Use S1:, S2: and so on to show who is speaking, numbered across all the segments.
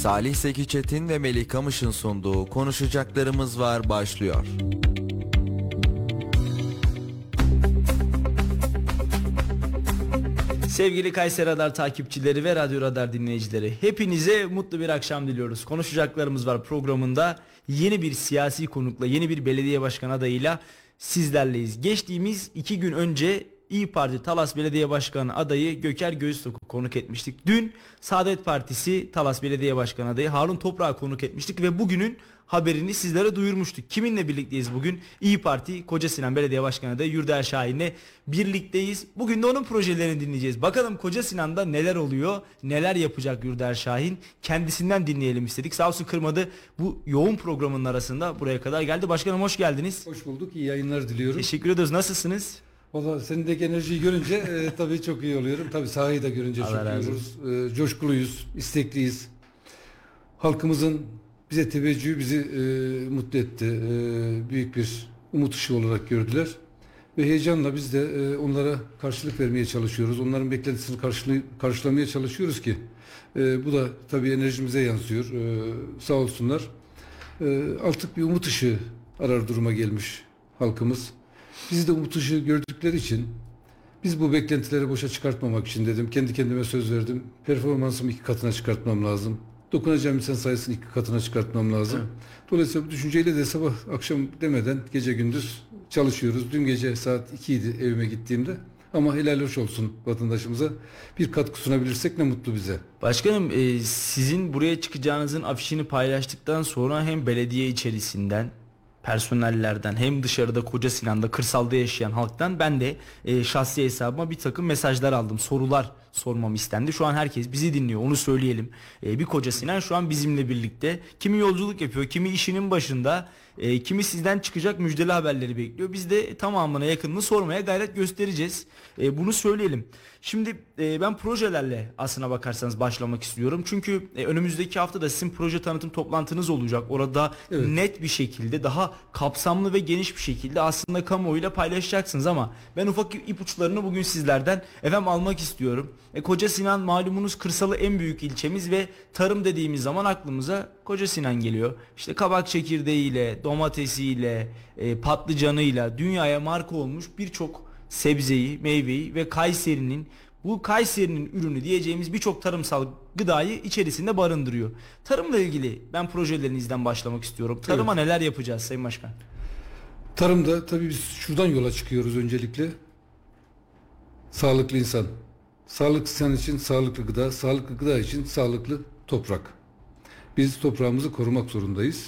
S1: Salih Zeki Çetin ve Melih Kamış'ın sunduğu Konuşacaklarımız Var başlıyor.
S2: Sevgili Kayseri Radar takipçileri ve Radyo Radar dinleyicileri, hepinize mutlu bir akşam diliyoruz. Konuşacaklarımız Var programında yeni bir siyasi konukla, yeni bir belediye başkanı adayıyla sizlerleyiz. Geçtiğimiz 2 gün önce İYİ Parti Talas Belediye Başkanı adayı Göker Göztok'u konuk etmiştik. Dün Saadet Partisi Talas Belediye Başkanı adayı Harun Toprak'ı konuk etmiştik ve bugünün haberini sizlere duyurmuştuk. Kiminle birlikteyiz bugün? İYİ Parti Kocasinan Belediye Başkanı adayı Yurdaer Şahin'le birlikteyiz. Bugün de onun projelerini dinleyeceğiz. Bakalım Kocasinan'da neler oluyor, neler yapacak Yurdaer Şahin? Kendisinden dinleyelim istedik. Sağ olsun kırmadı. Bu yoğun programın arasında buraya kadar geldi. Başkanım hoş geldiniz.
S3: Hoş bulduk. İyi yayınlar diliyorum.
S2: Teşekkür ediyoruz. Nasılsınız?
S3: Valla senindeki enerjiyi görünce tabii çok iyi oluyorum. Tabii sahayı da görünce çok iyi oluruz. Coşkuluyuz, istekliyiz. Halkımızın bize teveccühü bizi mutlu etti. Büyük bir umut ışığı olarak gördüler. Ve heyecanla biz de onlara karşılık vermeye çalışıyoruz. Onların beklentisini karşılamaya çalışıyoruz ki bu da tabii enerjimize yansıyor. Sağ olsunlar. Artık bir umut ışığı arar duruma gelmiş halkımız. Bizi de umut ışığı gördükleri için biz bu beklentileri boşa çıkartmamak için dedim. Kendi kendime söz verdim. Performansımı 2 katına çıkartmam lazım. Dokunacağım insan sayısını 2 katına çıkartmam lazım. Evet. Dolayısıyla bu düşünceyle de sabah akşam demeden gece gündüz çalışıyoruz. Dün gece saat 2 idi evime gittiğimde. Ama helal hoş olsun vatandaşımıza. Bir katkı sunabilirsek ne mutlu bize.
S2: Başkanım sizin buraya çıkacağınızın afişini paylaştıktan sonra hem belediye içerisinden, personellerden hem dışarıda Kocasinan'da kırsalda yaşayan halktan ben de şahsi hesabıma bir takım mesajlar aldım. Sorular sormam istendi. Şu an herkes bizi dinliyor, onu söyleyelim. Bir Kocasinan şu an bizimle birlikte. Kimi yolculuk yapıyor, kimi işinin başında, kimi sizden çıkacak müjdeli haberleri bekliyor. Biz de tamamına yakınını sormaya gayret göstereceğiz. Bunu söyleyelim. Şimdi ben projelerle aslına bakarsanız başlamak istiyorum. Çünkü önümüzdeki hafta da sizin proje tanıtım toplantınız olacak. Orada evet, net bir şekilde, daha kapsamlı ve geniş bir şekilde aslında kamuoyuyla paylaşacaksınız ama ben ufak ipuçlarını bugün sizlerden almak istiyorum. Kocasinan malumunuz kırsalı en büyük ilçemiz ve tarım dediğimiz zaman aklımıza Kocasinan geliyor. İşte kabak çekirdeğiyle, domatesiyle, patlıcanıyla dünyaya marka olmuş birçok sebzeyi, meyveyi ve Kayseri'nin ürünü diyeceğimiz birçok tarımsal gıdayı içerisinde barındırıyor. Tarımla ilgili ben projelerinizden başlamak istiyorum. Tarıma neler yapacağız Sayın Başkan?
S3: Tarımda tabii biz şuradan yola çıkıyoruz öncelikle. Sağlıklı insan. Sağlıklı insan için sağlıklı gıda, sağlıklı gıda için sağlıklı toprak. Biz toprağımızı korumak zorundayız.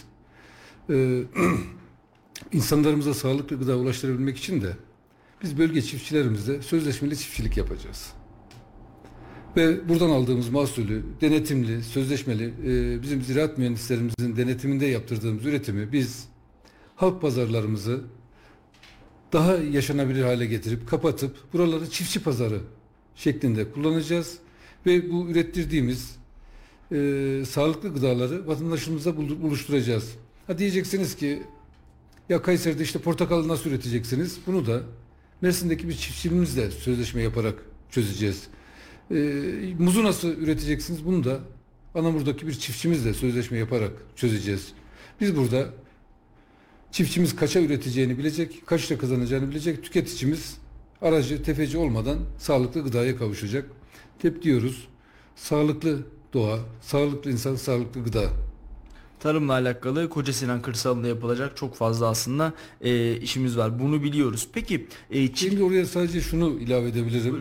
S3: İnsanlarımıza sağlıklı gıda ulaştırabilmek için de biz bölge çiftçilerimizle sözleşmeli çiftçilik yapacağız. Ve buradan aldığımız mahsulü denetimli, sözleşmeli, bizim ziraat mühendislerimizin denetiminde yaptırdığımız üretimi biz halk pazarlarımızı daha yaşanabilir hale getirip kapatıp buraları çiftçi pazarı şeklinde kullanacağız. Ve bu ürettirdiğimiz sağlıklı gıdaları vatandaşımıza buluşturacağız. Ha diyeceksiniz ki ya Kayseri'de işte portakalı nasıl üreteceksiniz? Bunu da Mersin'deki bir çiftçimizle sözleşme yaparak çözeceğiz. Muzu nasıl üreteceksiniz? Bunu da Anamur'daki bir çiftçimizle sözleşme yaparak çözeceğiz. Biz burada çiftçimiz kaça üreteceğini bilecek, kaçta kazanacağını bilecek, tüketicimiz aracı, tefeci olmadan sağlıklı gıdaya kavuşacak. Hep diyoruz, sağlıklı doğa, sağlıklı insan, sağlıklı gıda.
S2: Tarımla alakalı Kocasinan kırsalında yapılacak çok fazla aslında işimiz var. Bunu biliyoruz. Peki
S3: şimdi oraya sadece şunu ilave edebilirim.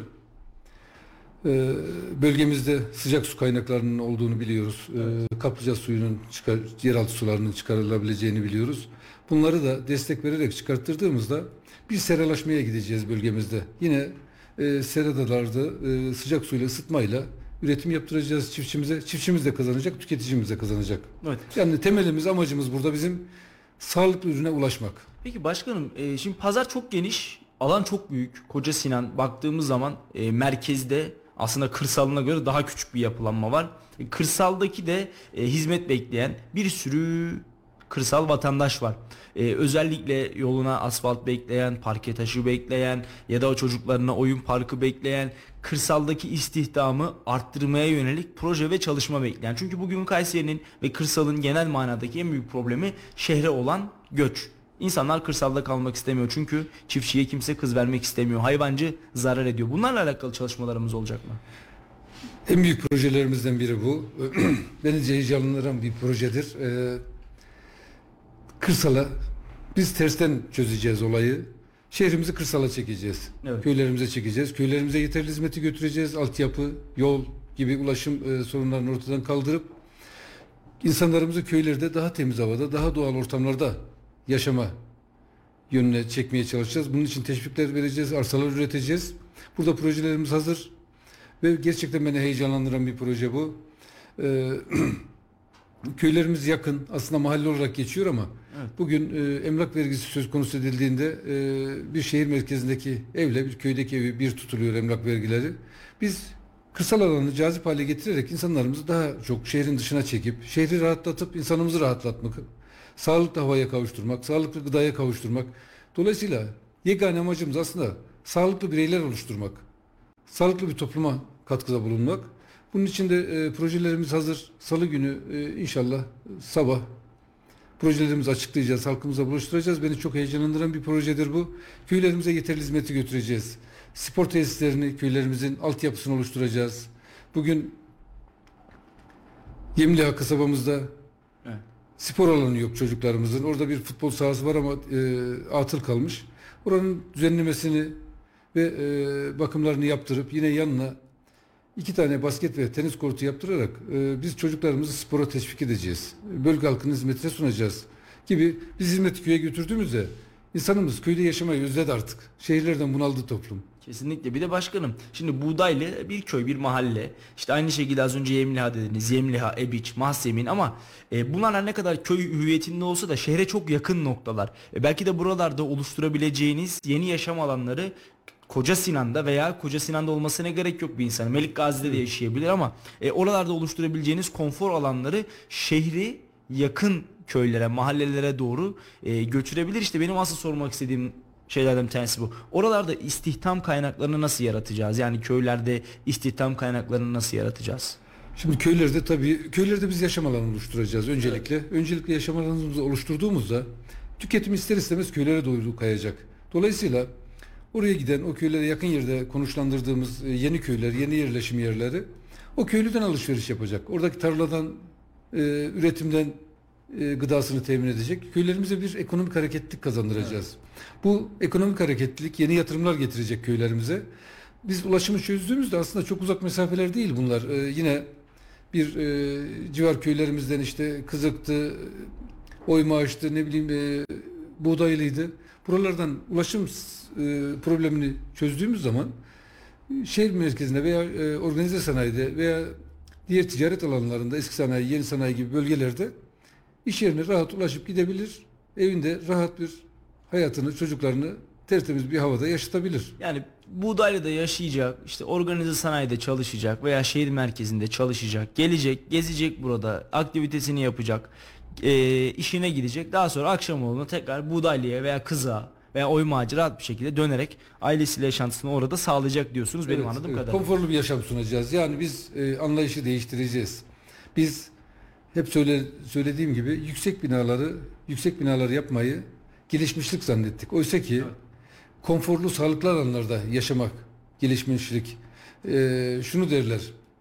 S3: Bölgemizde sıcak su kaynaklarının olduğunu biliyoruz. Kaplıca suyunun yeraltı sularının çıkarılabileceğini biliyoruz. Bunları da destek vererek çıkarttırdığımızda bir seralaşmaya gideceğiz bölgemizde. Yine seradalarda sıcak suyla ısıtmayla üretim yaptıracağız çiftçimize. Çiftçimiz de kazanacak, tüketicimiz de kazanacak. Evet. Yani temelimiz, amacımız burada bizim sağlıklı ürüne ulaşmak.
S2: Peki başkanım, şimdi pazar çok geniş, alan çok büyük. Kocasinan baktığımız zaman merkezde aslında kırsalına göre daha küçük bir yapılanma var. Kırsaldaki de hizmet bekleyen bir sürü kırsal vatandaş var. Özellikle yoluna asfalt bekleyen, parke taşı bekleyen ya da o çocuklarına oyun parkı bekleyen, kırsaldaki istihdamı arttırmaya yönelik proje ve çalışma bekleyen. Çünkü bugün Kayseri'nin ve kırsalın genel manadaki en büyük problemi şehre olan göç. İnsanlar kırsalda kalmak istemiyor çünkü çiftçiye kimse kız vermek istemiyor. Hayvancı zarar ediyor. Bunlarla alakalı çalışmalarımız olacak mı?
S3: En büyük projelerimizden biri bu. Beni heyecanlandıran bir projedir. Kırsala biz tersten çözeceğiz olayı. Şehrimizi kırsala çekeceğiz.
S2: Evet.
S3: Köylerimize çekeceğiz. Köylerimize yeterli hizmeti götüreceğiz. Altyapı, yol gibi ulaşım sorunlarını ortadan kaldırıp insanlarımızı köylerde daha temiz havada, daha doğal ortamlarda yaşama yönüne çekmeye çalışacağız. Bunun için teşvikler vereceğiz, arsalar üreteceğiz. Burada projelerimiz hazır ve gerçekten beni heyecanlandıran bir proje bu. Köylerimiz yakın, aslında mahalle olarak geçiyor ama evet, bugün emlak vergisi söz konusu edildiğinde bir şehir merkezindeki evle bir köydeki evi bir tutuluyor emlak vergileri. Biz kırsal alanı cazip hale getirerek insanlarımızı daha çok şehrin dışına çekip şehri rahatlatıp insanımızı rahatlatmak, sağlıklı havaya kavuşturmak, sağlıklı gıdaya kavuşturmak. Dolayısıyla yegane amacımız aslında sağlıklı bireyler oluşturmak, sağlıklı bir topluma katkıda bulunmak. Bunun için de projelerimiz hazır. Salı günü inşallah sabah projelerimizi açıklayacağız, halkımıza buluşturacağız. Beni çok heyecanlandıran bir projedir bu. Köylerimize yeterli hizmeti götüreceğiz. Spor tesislerini, köylerimizin altyapısını oluşturacağız. Bugün Yemliha kasabamızda evet, spor alanı yok çocuklarımızın. Orada bir futbol sahası var ama atıl kalmış. Oranın düzenlemesini ve bakımlarını yaptırıp yine yanına 2 tane basket ve tenis kortu yaptırarak biz çocuklarımızı spora teşvik edeceğiz. Bölge halkının hizmetine sunacağız gibi. Biz hizmeti köye götürdüğümüzde insanımız köyde yaşamayı özledi artık. Şehirlerden bunaldı toplum.
S2: Kesinlikle. Bir de başkanım, şimdi Buğdaylı bir köy, bir mahalle. İşte aynı şekilde az önce Yemliha dediniz. Yemliha, Ebiç, Mahsemin ama bunlar ne kadar köy hüviyetinde olsa da şehre çok yakın noktalar. Belki de buralarda oluşturabileceğiniz yeni yaşam alanları Koca Sinan'da veya Koca Sinan'da olmasına gerek yok bir insan. Melikgazi'de de yaşayabilir ama oralarda oluşturabileceğiniz konfor alanları şehri yakın köylere, mahallelere doğru götürebilir. İşte benim asıl sormak istediğim şeylerden bir tanesi bu. Oralarda istihdam kaynaklarını nasıl yaratacağız? Yani köylerde istihdam kaynaklarını nasıl yaratacağız?
S3: Şimdi köylerde biz yaşam alanı oluşturacağız öncelikle. Evet. Öncelikle yaşam alanımızı oluşturduğumuzda tüketim ister istemez köylere doğru kayacak. Dolayısıyla oraya giden, o köylere yakın yerde konuşlandırdığımız yeni köyler, yeni yerleşim yerleri o köylüden alışveriş yapacak. Oradaki tarladan, üretimden gıdasını temin edecek. Köylerimize bir ekonomik hareketlilik kazandıracağız. Evet. Bu ekonomik hareketlilik yeni yatırımlar getirecek köylerimize. Biz ulaşımı çözdüğümüzde aslında çok uzak mesafeler değil bunlar. Yine bir civar köylerimizden işte Kızık'tı, Oymağaç'tı, ne bileyim Buğdaylıydı. Buralardan ulaşım problemini çözdüğümüz zaman şehir merkezinde veya organize sanayide veya diğer ticaret alanlarında eski sanayi, yeni sanayi gibi bölgelerde iş yerine rahat ulaşıp gidebilir. Evinde rahat bir hayatını, çocuklarını tertemiz bir havada yaşatabilir. Yani
S2: Buğdaylı'da yaşayacak, işte organize sanayide çalışacak veya şehir merkezinde çalışacak, gelecek, gezecek burada, aktivitesini yapacak, işine gidecek. Daha sonra akşam olduğunda tekrar Buğdaylı'ya veya Kızık'a veya Oymağaç'a rahat bir şekilde dönerek ailesiyle yaşantısını orada sağlayacak diyorsunuz benim anladığım kadarıyla.
S3: Konforlu bir yaşam sunacağız. Yani biz anlayışı değiştireceğiz. Biz hep söylediğim gibi yüksek binaları yapmayı gelişmişlik zannettik. Oysa ki evet, konforlu, sağlıklı alanlarda yaşamak gelişmişlik. Şunu derler.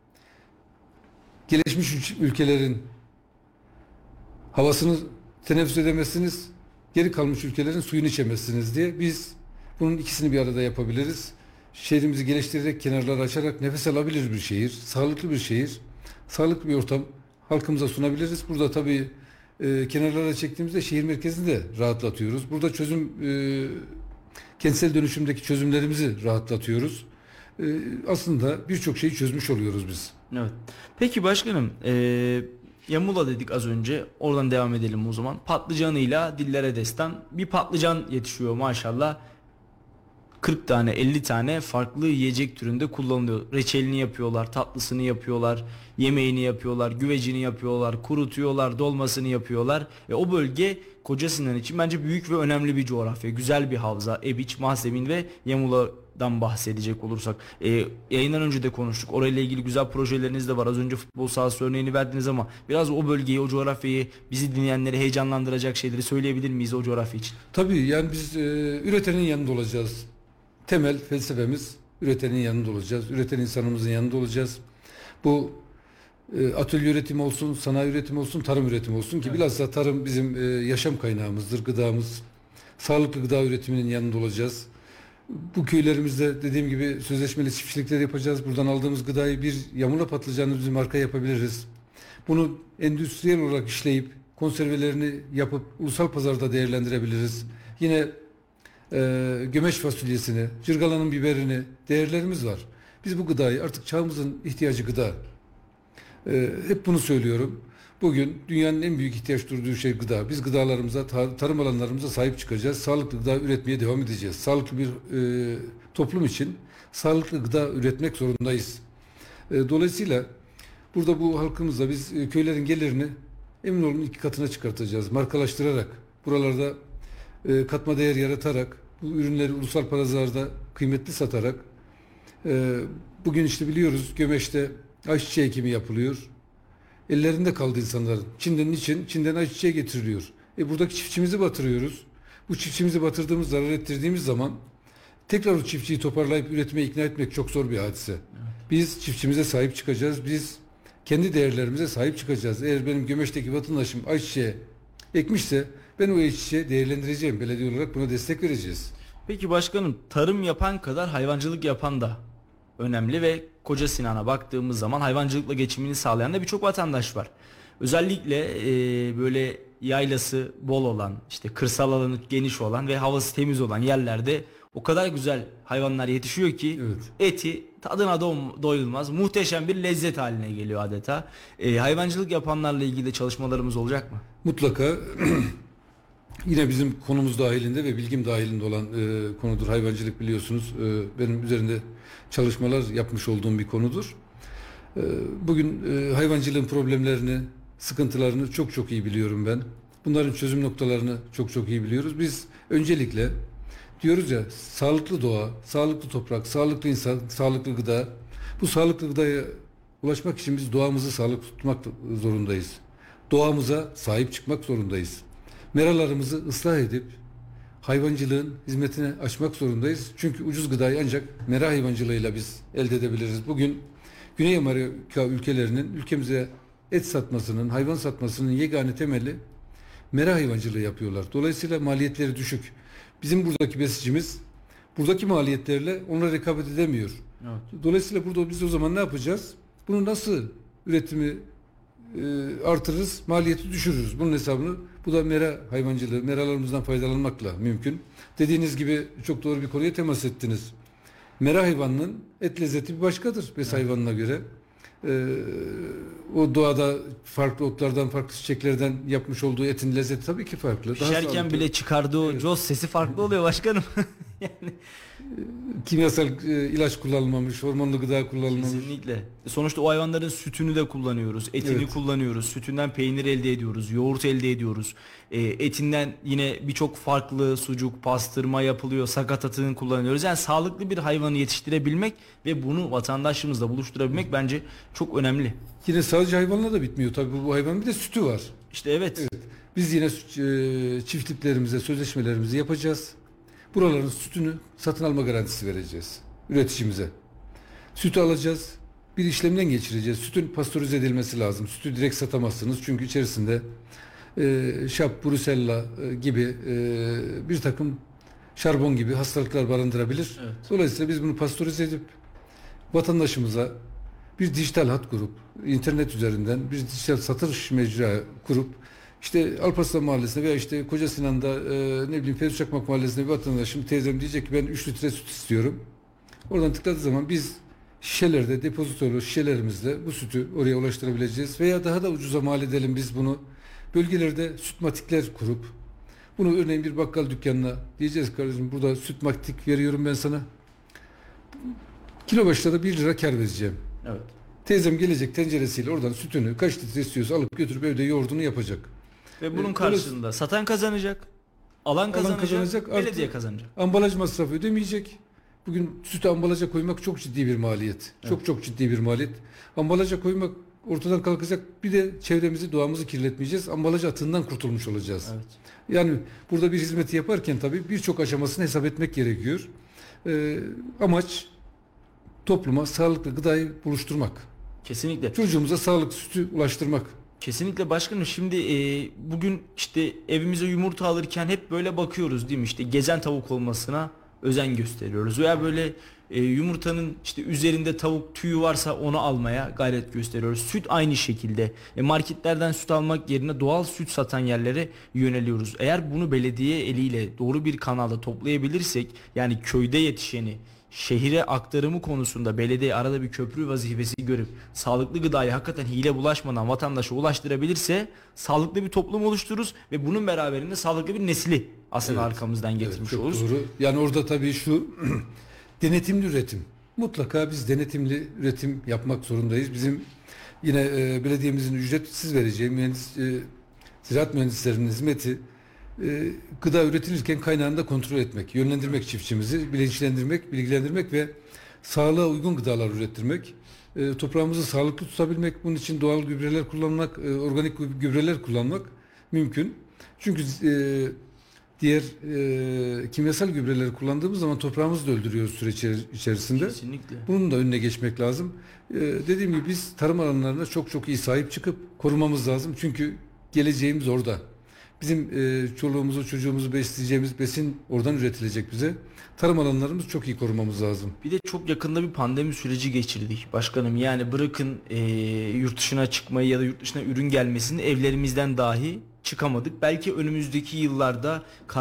S3: Gelişmiş ülkelerin havasını teneffüs edemezsiniz, geri kalmış ülkelerin suyunu içemezsiniz diye. Biz bunun ikisini bir arada yapabiliriz. Şehrimizi geliştirerek, kenarları açarak nefes alabilir bir şehir, sağlıklı bir şehir, sağlıklı bir ortam halkımıza sunabiliriz. Burada tabii kenarlara çektiğimizde şehir merkezini de rahatlatıyoruz. Burada kentsel dönüşümdeki çözümlerimizi rahatlatıyoruz. Aslında birçok şeyi çözmüş oluyoruz biz.
S2: Evet. Peki başkanım, Yamula dedik az önce. Oradan devam edelim o zaman. Patlıcanıyla dillere destan. Bir patlıcan yetişiyor maşallah. 40 tane 50 tane farklı yiyecek türünde kullanılıyor. Reçelini yapıyorlar, tatlısını yapıyorlar, yemeğini yapıyorlar, güvecini yapıyorlar, kurutuyorlar, dolmasını yapıyorlar. O bölge Kocasinan için bence büyük ve önemli bir coğrafya. Güzel bir havza. Ebiç, Mahzemin ve Yamula'dan bahsedecek olursak. Yayından önce de konuştuk. Orayla ilgili güzel projeleriniz de var. Az önce futbol sahası örneğini verdiniz ama biraz o bölgeyi, o coğrafyayı, bizi dinleyenleri heyecanlandıracak şeyleri söyleyebilir miyiz o coğrafya için?
S3: Tabii yani biz üretenin yanında olacağız. Temel felsefemiz üretenin yanında olacağız. Üreten insanımızın yanında olacağız. Bu atölye üretimi olsun, sanayi üretimi olsun, tarım üretimi olsun ki bilhassa tarım bizim yaşam kaynağımızdır, gıdamız. Sağlıklı gıda üretiminin yanında olacağız. Bu köylerimizde dediğim gibi sözleşmeli çiftçilikler yapacağız. Buradan aldığımız gıdayı bir yamula patlıcanı bir marka yapabiliriz. Bunu endüstriyel olarak işleyip konservelerini yapıp ulusal pazarda değerlendirebiliriz. Yine gömeç fasulyesini, cırgalanın biberini, değerlerimiz var. Biz bu gıdayı artık çağımızın ihtiyacı gıda. Hep bunu söylüyorum. Bugün dünyanın en büyük ihtiyaç duyduğu şey gıda. Biz gıdalarımıza, tarım alanlarımıza sahip çıkacağız. Sağlıklı gıda üretmeye devam edeceğiz. Sağlıklı bir toplum için sağlıklı gıda üretmek zorundayız. Dolayısıyla burada bu halkımızla biz köylerin gelirini emin olun 2 katına çıkartacağız. Markalaştırarak, buralarda katma değer yaratarak, bu ürünleri ulusal pazarlarda kıymetli satarak, bugün işte biliyoruz Gömeç'te ayçiçeği ekimi yapılıyor. Ellerinde kaldı insanların. Çin'den için Çin'den ayçiçeği getiriliyor. Buradaki çiftçimizi batırıyoruz. Bu çiftçimizi batırdığımız, zarar ettirdiğimiz zaman tekrar o çiftçiyi toparlayıp üretime ikna etmek çok zor bir hadise. Evet. Biz çiftçimize sahip çıkacağız. Biz kendi değerlerimize sahip çıkacağız. Eğer benim Gömeç'teki vatandaşım ayçiçeği ekmişse ben o ayçiçeği değerlendireceğim. Belediye olarak buna destek vereceğiz.
S2: Peki başkanım, tarım yapan kadar hayvancılık yapan da önemli ve Kocasinan'a baktığımız zaman hayvancılıkla geçimini sağlayan da birçok vatandaş var. Özellikle böyle yaylası bol olan, işte kırsal alanı geniş olan ve havası temiz olan yerlerde o kadar güzel hayvanlar yetişiyor ki evet, eti tadına doyulmaz. Muhteşem bir lezzet haline geliyor adeta. Hayvancılık yapanlarla ilgili de çalışmalarımız olacak mı?
S3: Mutlaka. Yine bizim konumuz dahilinde ve bilgim dahilinde olan konudur hayvancılık, biliyorsunuz. Benim üzerinde çalışmalar yapmış olduğum bir konudur. Bugün hayvancılığın problemlerini, sıkıntılarını çok çok iyi biliyorum ben. Bunların çözüm noktalarını çok çok iyi biliyoruz. Biz öncelikle diyoruz ya, sağlıklı doğa, sağlıklı toprak, sağlıklı insan, sağlıklı gıda. Bu sağlıklı gıdaya ulaşmak için biz doğamızı sağlıklı tutmak zorundayız. Doğamıza sahip çıkmak zorundayız. Meralarımızı ıslah edip hayvancılığın hizmetine açmak zorundayız. Çünkü ucuz gıdayı ancak mera hayvancılığıyla biz elde edebiliriz. Bugün Güney Amerika ülkelerinin ülkemize et satmasının, hayvan satmasının yegane temeli mera hayvancılığı yapıyorlar. Dolayısıyla maliyetleri düşük. Bizim buradaki besicimiz buradaki maliyetlerle onlara rekabet edemiyor. Evet. Dolayısıyla burada biz o zaman ne yapacağız? Bunu nasıl üretimi artırırız, maliyeti düşürürüz. Bunun hesabını, bu da mera hayvancılığı, meralarımızdan faydalanmakla mümkün. Dediğiniz gibi çok doğru bir konuya temas ettiniz. Mera hayvanının et lezzeti bir başkadır bes hayvanına göre. O doğada farklı otlardan, farklı çiçeklerden yapmış olduğu etin lezzeti tabii ki farklı.
S2: Pişerken bile çıkardığı o coz sesi farklı oluyor başkanım. Yani
S3: kimyasal ilaç kullanılmamış, hormonlu gıda kullanılmamış.
S2: Kesinlikle. Sonuçta o hayvanların sütünü de kullanıyoruz, etini evet, kullanıyoruz, sütünden peynir elde ediyoruz, yoğurt elde ediyoruz. Etinden yine birçok farklı sucuk, pastırma yapılıyor, sakatatını kullanıyoruz. Yani sağlıklı bir hayvanı yetiştirebilmek ve bunu vatandaşımızla buluşturabilmek bence çok önemli.
S3: Yine sadece hayvanla da bitmiyor tabii, bu hayvanın bir de sütü var.
S2: İşte evet.
S3: Biz yine çiftliklerimize sözleşmelerimizi yapacağız. Buraların sütünü satın alma garantisi vereceğiz üreticimize. Sütü alacağız, bir işlemden geçireceğiz. Sütün pastörize edilmesi lazım. Sütü direkt satamazsınız çünkü içerisinde şap, brusella gibi bir takım şarbon gibi hastalıklar barındırabilir. Evet. Dolayısıyla biz bunu pastörize edip vatandaşımıza bir dijital hat kurup, internet üzerinden bir dijital satış mecra kurup, İşte Alparslan Mahallesi'nde veya işte Kocasinan'da ne bileyim Fevzi Çakmak Mahallesi'nde bir vatandaşım, teyzem diyecek ki ben 3 litre süt istiyorum. Oradan tıkladığı zaman biz şişelerde, depozitolu şişelerimizle bu sütü oraya ulaştırabileceğiz. Veya daha da ucuza mal edelim biz bunu. Bölgelerde süt matikler kurup Bunu örneğin bir bakkal dükkanına diyeceğiz kardeşim burada süt maktik veriyorum ben sana. Kilo başına da 1 lira kar vereceğim.
S2: Evet.
S3: Teyzem gelecek tenceresiyle oradan sütünü kaç litre istiyorsa alıp götürüp evde yoğurdunu yapacak.
S2: Ve bunun karşılığında satan kazanacak, alan kazanacak, belediye kazanacak.
S3: Ambalaj masrafı ödemeyecek. Bugün sütü ambalaja koymak çok ciddi bir maliyet. Evet. Çok ciddi bir maliyet. Ambalaja koymak ortadan kalkacak. Bir de çevremizi, doğamızı kirletmeyeceğiz. Ambalaj atığından kurtulmuş olacağız. Evet. Yani burada bir hizmeti yaparken tabii birçok aşamasını hesap etmek gerekiyor. Amaç topluma sağlıklı gıdayı buluşturmak.
S2: Kesinlikle.
S3: Çocuğumuza sağlıklı sütü ulaştırmak.
S2: Kesinlikle başkanım. Şimdi bugün işte evimize yumurta alırken hep böyle bakıyoruz değil mi? İşte gezen tavuk olmasına özen gösteriyoruz. Veya böyle yumurtanın işte üzerinde tavuk tüyü varsa onu almaya gayret gösteriyoruz. Süt aynı şekilde. Marketlerden süt almak yerine doğal süt satan yerlere yöneliyoruz. Eğer bunu belediye eliyle doğru bir kanalda toplayabilirsek, yani köyde yetişeni şehire aktarımı konusunda belediye arada bir köprü vazifesi görüp sağlıklı gıdayı hakikaten hile bulaşmadan vatandaşa ulaştırabilirse sağlıklı bir toplum oluştururuz ve bunun beraberinde sağlıklı bir nesli aslında arkamızdan getirmiş oluruz.
S3: Doğru. Yani orada tabii şu denetimli üretim. Mutlaka biz denetimli üretim yapmak zorundayız. Bizim yine belediyemizin ücretsiz vereceği ziraat mühendislerinin hizmeti gıda üretilirken kaynağını da kontrol etmek, yönlendirmek çiftçimizi, bilinçlendirmek, bilgilendirmek ve sağlığa uygun gıdalar ürettirmek, toprağımızı sağlıklı tutabilmek, bunun için doğal gübreler kullanmak, organik gübreler kullanmak mümkün. Çünkü diğer kimyasal gübreleri kullandığımız zaman toprağımızı da öldürüyoruz süreç içerisinde.
S2: Kesinlikle.
S3: Bunun da önüne geçmek lazım. Dediğim gibi biz tarım alanlarına çok iyi sahip çıkıp korumamız lazım. Çünkü geleceğimiz orada. Bizim çoluğumuzu çocuğumuzu besleyeceğimiz besin oradan üretilecek bize. Tarım alanlarımızı çok iyi korumamız lazım.
S2: Bir de çok yakında bir pandemi süreci geçirdik başkanım. Yani bırakın yurt dışına çıkmayı ya da yurt dışına ürün gelmesini, evlerimizden dahi çıkamadık. Belki önümüzdeki yıllarda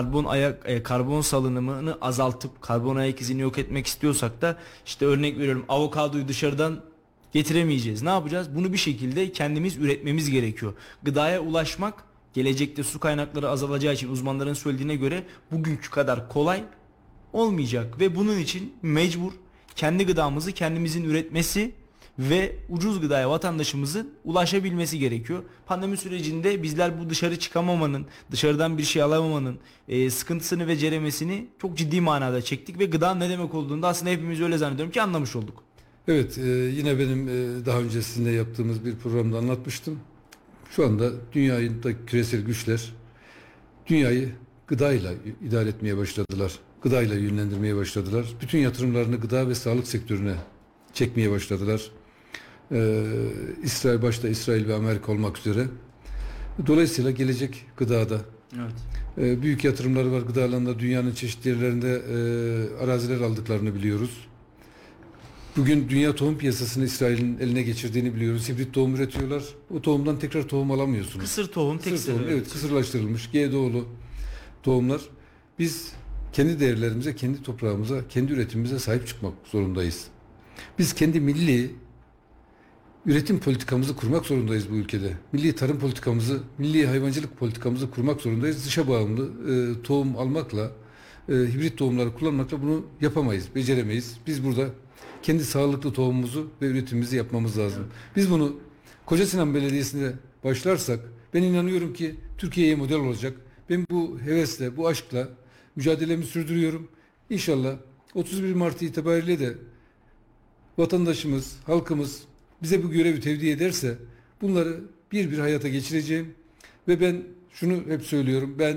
S2: karbon salınımını azaltıp karbon ayak izini yok etmek istiyorsak da işte örnek veriyorum avokadoyu dışarıdan getiremeyeceğiz. Ne yapacağız? Bunu bir şekilde kendimiz üretmemiz gerekiyor. Gıdaya ulaşmak gelecekte su kaynakları azalacağı için uzmanların söylediğine göre bugünkü kadar kolay olmayacak ve bunun için mecbur kendi gıdamızı kendimizin üretmesi ve ucuz gıdaya vatandaşımızın ulaşabilmesi gerekiyor. Pandemi sürecinde bizler bu dışarı çıkamamanın, dışarıdan bir şey alamamanın sıkıntısını ve ceremesini çok ciddi manada çektik ve gıda ne demek olduğunu da aslında hepimiz öyle zannediyorum ki anlamış olduk.
S3: Evet, yine benim daha önce sizinle yaptığımız bir programda anlatmıştım. Şu anda dünyada küresel güçler dünyayı gıdayla idare etmeye başladılar. Gıdayla yönlendirmeye başladılar. Bütün yatırımlarını gıda ve sağlık sektörüne çekmeye başladılar. Başta İsrail ve Amerika olmak üzere. Dolayısıyla gelecek gıdada büyük yatırımları var. Gıda alanında dünyanın çeşitli yerlerinde araziler aldıklarını biliyoruz. Bugün dünya tohum piyasasını İsrail'in eline geçirdiğini biliyoruz. Hibrit tohum üretiyorlar. O tohumdan tekrar tohum alamıyorsunuz.
S2: Kısır tohum,
S3: evet, kısırlaştırılmış, GDO'lu tohumlar. Biz kendi değerlerimize, kendi toprağımıza, kendi üretimimize sahip çıkmak zorundayız. Biz kendi milli üretim politikamızı kurmak zorundayız bu ülkede. Milli tarım politikamızı, milli hayvancılık politikamızı kurmak zorundayız. Dışa bağımlı tohum almakla, hibrit tohumları kullanmakla bunu yapamayız, beceremeyiz. Biz burada kendi sağlıklı tohumumuzu ve üretimimizi yapmamız lazım. Evet. Biz bunu Kocasinan Belediyesi'nde başlarsak ben inanıyorum ki Türkiye'ye model olacak. Ben bu hevesle, bu aşkla mücadelemi sürdürüyorum. İnşallah 31 Mart itibariyle de vatandaşımız, halkımız bize bu görevi tevdi ederse bunları bir hayata geçireceğim. Ve ben şunu hep söylüyorum. Ben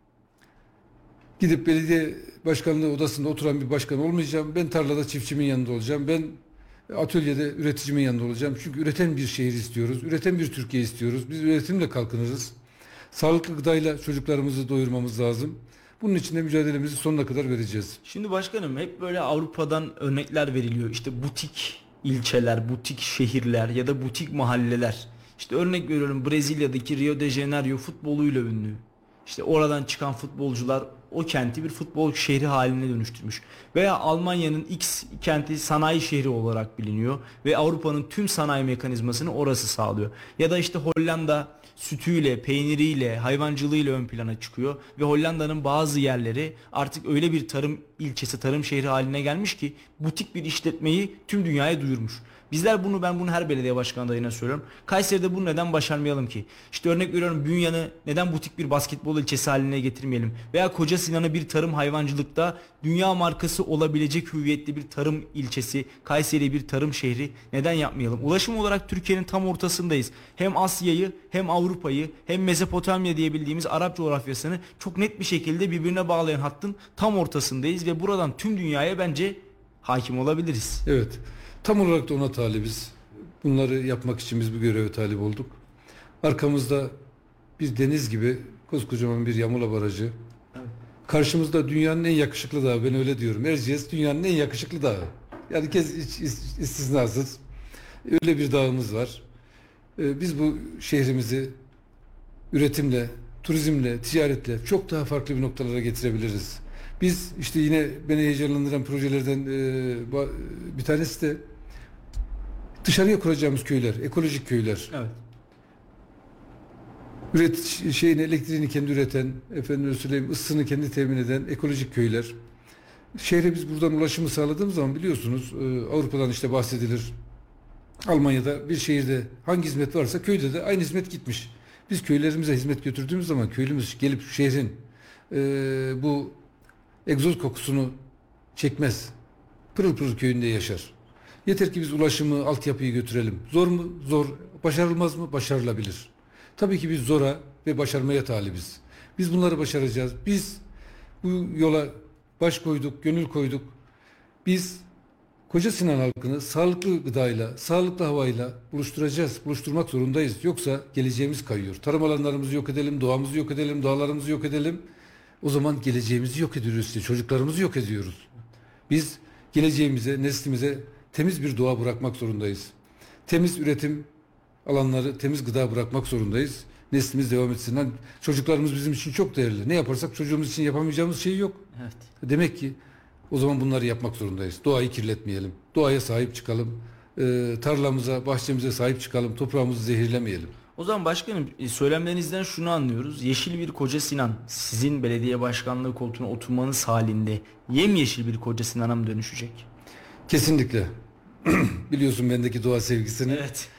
S3: gidip belediye başkanlığı odasında oturan bir başkan olmayacağım. Ben tarlada çiftçimin yanında olacağım. Ben atölyede üreticimin yanında olacağım. Çünkü üreten bir şehir istiyoruz. Üreten bir Türkiye istiyoruz. Biz üretimle kalkınırız. Sağlıklı gıdayla çocuklarımızı doyurmamız lazım. Bunun için de mücadelemizi sonuna kadar vereceğiz.
S2: Şimdi başkanım hep böyle Avrupa'dan örnekler veriliyor. İşte butik ilçeler, butik şehirler ya da butik mahalleler. İşte örnek veriyorum Brezilya'daki Rio de Janeiro futboluyla ünlü. İşte oradan çıkan futbolcular o kenti bir futbol şehri haline dönüştürmüş. Veya Almanya'nın X kenti sanayi şehri olarak biliniyor ve Avrupa'nın tüm sanayi mekanizmasını orası sağlıyor. Ya da işte Hollanda sütüyle, peyniriyle, hayvancılığıyla ön plana çıkıyor ve Hollanda'nın bazı yerleri artık öyle bir tarım ilçesi, tarım şehri haline gelmiş ki butik bir işletmeyi tüm dünyaya duyurmuş. Ben bunu her belediye başkanı adayına söylüyorum. Kayseri'de bunu neden başarmayalım ki? İşte örnek veriyorum, Bünyan'ı neden butik bir basketbol ilçesi haline getirmeyelim? Veya Koca Sinan'ı bir tarım hayvancılıkta dünya markası olabilecek hüviyetli bir tarım ilçesi, Kayseri bir tarım şehri neden yapmayalım? Ulaşım olarak Türkiye'nin tam ortasındayız. Hem Asya'yı hem Avrupa'yı hem Mezopotamya diye bildiğimiz Arap coğrafyasını çok net bir şekilde birbirine bağlayan hattın tam ortasındayız ve buradan tüm dünyaya bence hakim olabiliriz.
S3: Evet. Tam olarak da ona talibiz. Bunları yapmak için biz bu göreve talip olduk. Arkamızda bir deniz gibi koskocaman bir Yamula Barajı. Evet. Karşımızda dünyanın en yakışıklı dağı, ben öyle diyorum. Erciyes dünyanın en yakışıklı dağı. Yani istisnasız. Öyle bir dağımız var. Biz bu şehrimizi üretimle, turizmle, ticaretle çok daha farklı bir noktalara getirebiliriz. Biz işte yine beni heyecanlandıran projelerden bir tanesi de dışarıya kuracağımız köyler, ekolojik köyler. Evet. Elektriğini kendi üreten, ısısını kendi temin eden ekolojik köyler. Şehre biz buradan ulaşımı sağladığımız zaman biliyorsunuz Avrupa'dan işte bahsedilir. Almanya'da bir şehirde hangi hizmet varsa köyde de aynı hizmet gitmiş. Biz köylerimize hizmet götürdüğümüz zaman köylümüz gelip şehrin bu egzoz kokusunu çekmez. Pırıl pırıl köyünde yaşar. Yeter ki biz ulaşımı, altyapıyı götürelim. Zor mu? Zor. Başarılmaz mı? Başarılabilir. Tabii ki biz zora ve başarmaya talibiz. Biz bunları başaracağız. Biz bu yola baş koyduk, gönül koyduk. Biz Koca Sinan halkını sağlıklı gıdayla, sağlıklı havayla buluşturacağız. Buluşturmak zorundayız. Yoksa geleceğimiz kayıyor. Tarım alanlarımızı yok edelim, doğamızı yok edelim, dağlarımızı yok edelim. O zaman geleceğimizi yok ediyoruz işte. Çocuklarımızı yok ediyoruz. Biz geleceğimize, neslimize temiz bir doğa bırakmak zorundayız. Temiz üretim alanları, temiz gıda bırakmak zorundayız. Neslimiz devam etsin. Yani çocuklarımız bizim için çok değerli. Ne yaparsak çocuğumuz için yapamayacağımız şey yok.
S2: Evet.
S3: Demek ki o zaman bunları yapmak zorundayız. Doğayı kirletmeyelim. Doğaya sahip çıkalım. Tarlamıza, bahçemize sahip çıkalım. Toprağımızı zehirlemeyelim.
S2: O zaman başkanım, söylemlerinizden şunu anlıyoruz. Yeşil bir Koca Sinan sizin belediye başkanlığı koltuğuna oturmanız halinde yemyeşil bir Koca Sinan'a mı dönüşecek?
S3: Kesinlikle. Biliyorsun bendeki doğa sevgisini.
S2: Evet.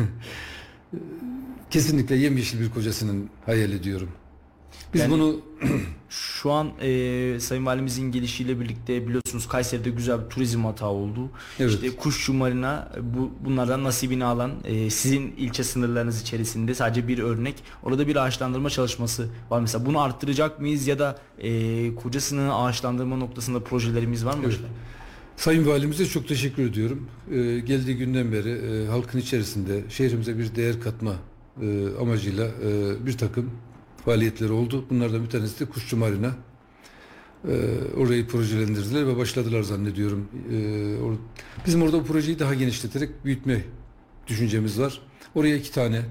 S3: Kesinlikle yemyeşil bir Koca Sinan hayal ediyorum. Biz
S2: Yani
S3: bunu
S2: şu an Sayın Valimizin gelişiyle birlikte biliyorsunuz Kayseri'de güzel bir turizm hatağı oldu.
S3: Evet.
S2: İşte Kuşçu Marina bunlardan nasibini alan, sizin ilçe sınırlarınız içerisinde sadece bir örnek. Orada bir ağaçlandırma çalışması var mesela. Bunu arttıracak mıyız ya da Koca Sinan'ı ağaçlandırma noktasında projelerimiz var mı?
S3: Evet. Sayın Valimize çok teşekkür ediyorum. Geldiği günden beri halkın içerisinde şehrimize bir değer katma amacıyla bir takım faaliyetleri oldu. Bunlardan bir tanesi de Kuşçu Marina. Orayı projelendirdiler ve başladılar zannediyorum. Bizim orada bu projeyi daha genişleterek büyütme düşüncemiz var. Oraya 2 tane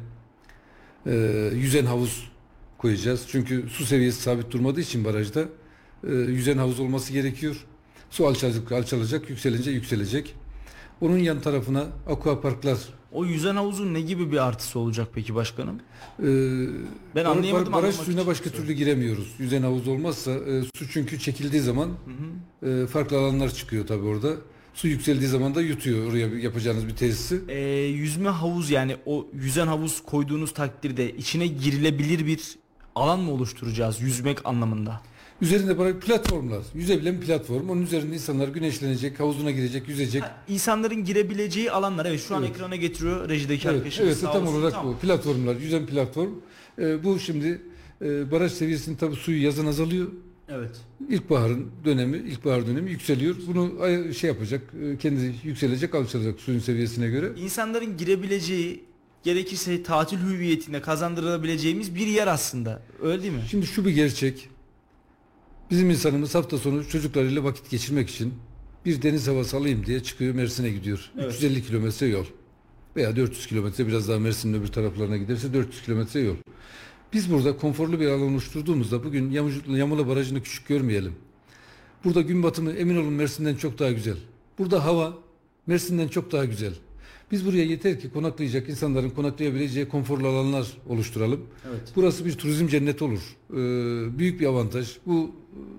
S3: yüzen havuz koyacağız. Çünkü su seviyesi sabit durmadığı için barajda yüzen havuz olması gerekiyor. Su alçalacak, yükselince yükselecek. Onun yan tarafına aquaparklar.
S2: O yüzen havuzun ne gibi bir artısı olacak peki başkanım? Ben anlayamadım.
S3: Baraj suyuna başka türlü giremiyoruz. Yüzen havuz olmazsa su çünkü çekildiği zaman farklı alanlar çıkıyor tabii orada. Su yükseldiği zaman da yutuyor oraya yapacağınız bir tesisi.
S2: Yüzme havuz, yani o yüzen havuz koyduğunuz takdirde içine girilebilir bir alan mı oluşturacağız yüzmek anlamında?
S3: Üzerinde platformlar, yüzebilen platform. Onun üzerinde insanlar güneşlenecek, havuzuna girecek, yüzecek.
S2: İnsanların girebileceği alanlar. Evet, şu an
S3: Evet.
S2: Ekrana getiriyor rejideki arkadaşımız.
S3: Evet, tam
S2: olsun,
S3: olarak
S2: tamam.
S3: bu. Platformlar, yüzen platform. Bu şimdi baraj seviyesinin tabii suyu yazın azalıyor.
S2: Evet.
S3: İlkbahar dönemi yükseliyor. Bunu yapacak, kendi yükselecek, alçalacak suyun seviyesine göre.
S2: İnsanların girebileceği, gerekirse tatil hüviyetine kazandırılabileceğimiz bir yer aslında. Öyle değil mi?
S3: Şimdi şu bir gerçek. Bizim insanımız hafta sonu çocuklarıyla vakit geçirmek için bir deniz havası alayım diye çıkıyor, Mersin'e gidiyor.
S2: Evet.
S3: 350 kilometre yol veya 400 kilometre, biraz daha Mersin'in öbür taraflarına giderse 400 kilometre yol. Biz burada konforlu bir alan oluşturduğumuzda bugün Yamula Barajı'nı küçük görmeyelim. Burada gün batımı emin olun Mersin'den çok daha güzel. Burada hava Mersin'den çok daha güzel. Biz buraya yeter ki konaklayacak insanların konaklayabileceği konforlu alanlar oluşturalım.
S2: Evet.
S3: Burası bir turizm cenneti olur. Büyük bir avantaj. Bu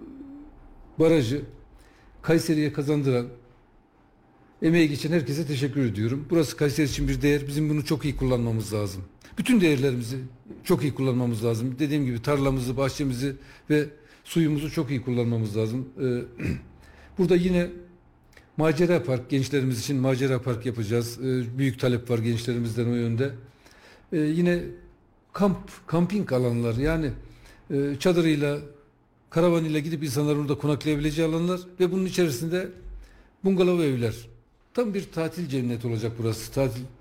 S3: barajı Kayseri'ye kazandıran, emeği geçen herkese teşekkür ediyorum. Burası Kayseri için bir değer. Bizim bunu çok iyi kullanmamız lazım. Bütün değerlerimizi çok iyi kullanmamız lazım. Dediğim gibi tarlamızı, bahçemizi ve suyumuzu çok iyi kullanmamız lazım. Burada yine macera park, gençlerimiz için macera park yapacağız. Büyük talep var gençlerimizden o yönde. Yine kamping alanlar, yani çadırıyla, karavanıyla gidip insanlar orada konaklayabileceği alanlar ve bunun içerisinde bungalov evler. Tam bir tatil cenneti olacak burası.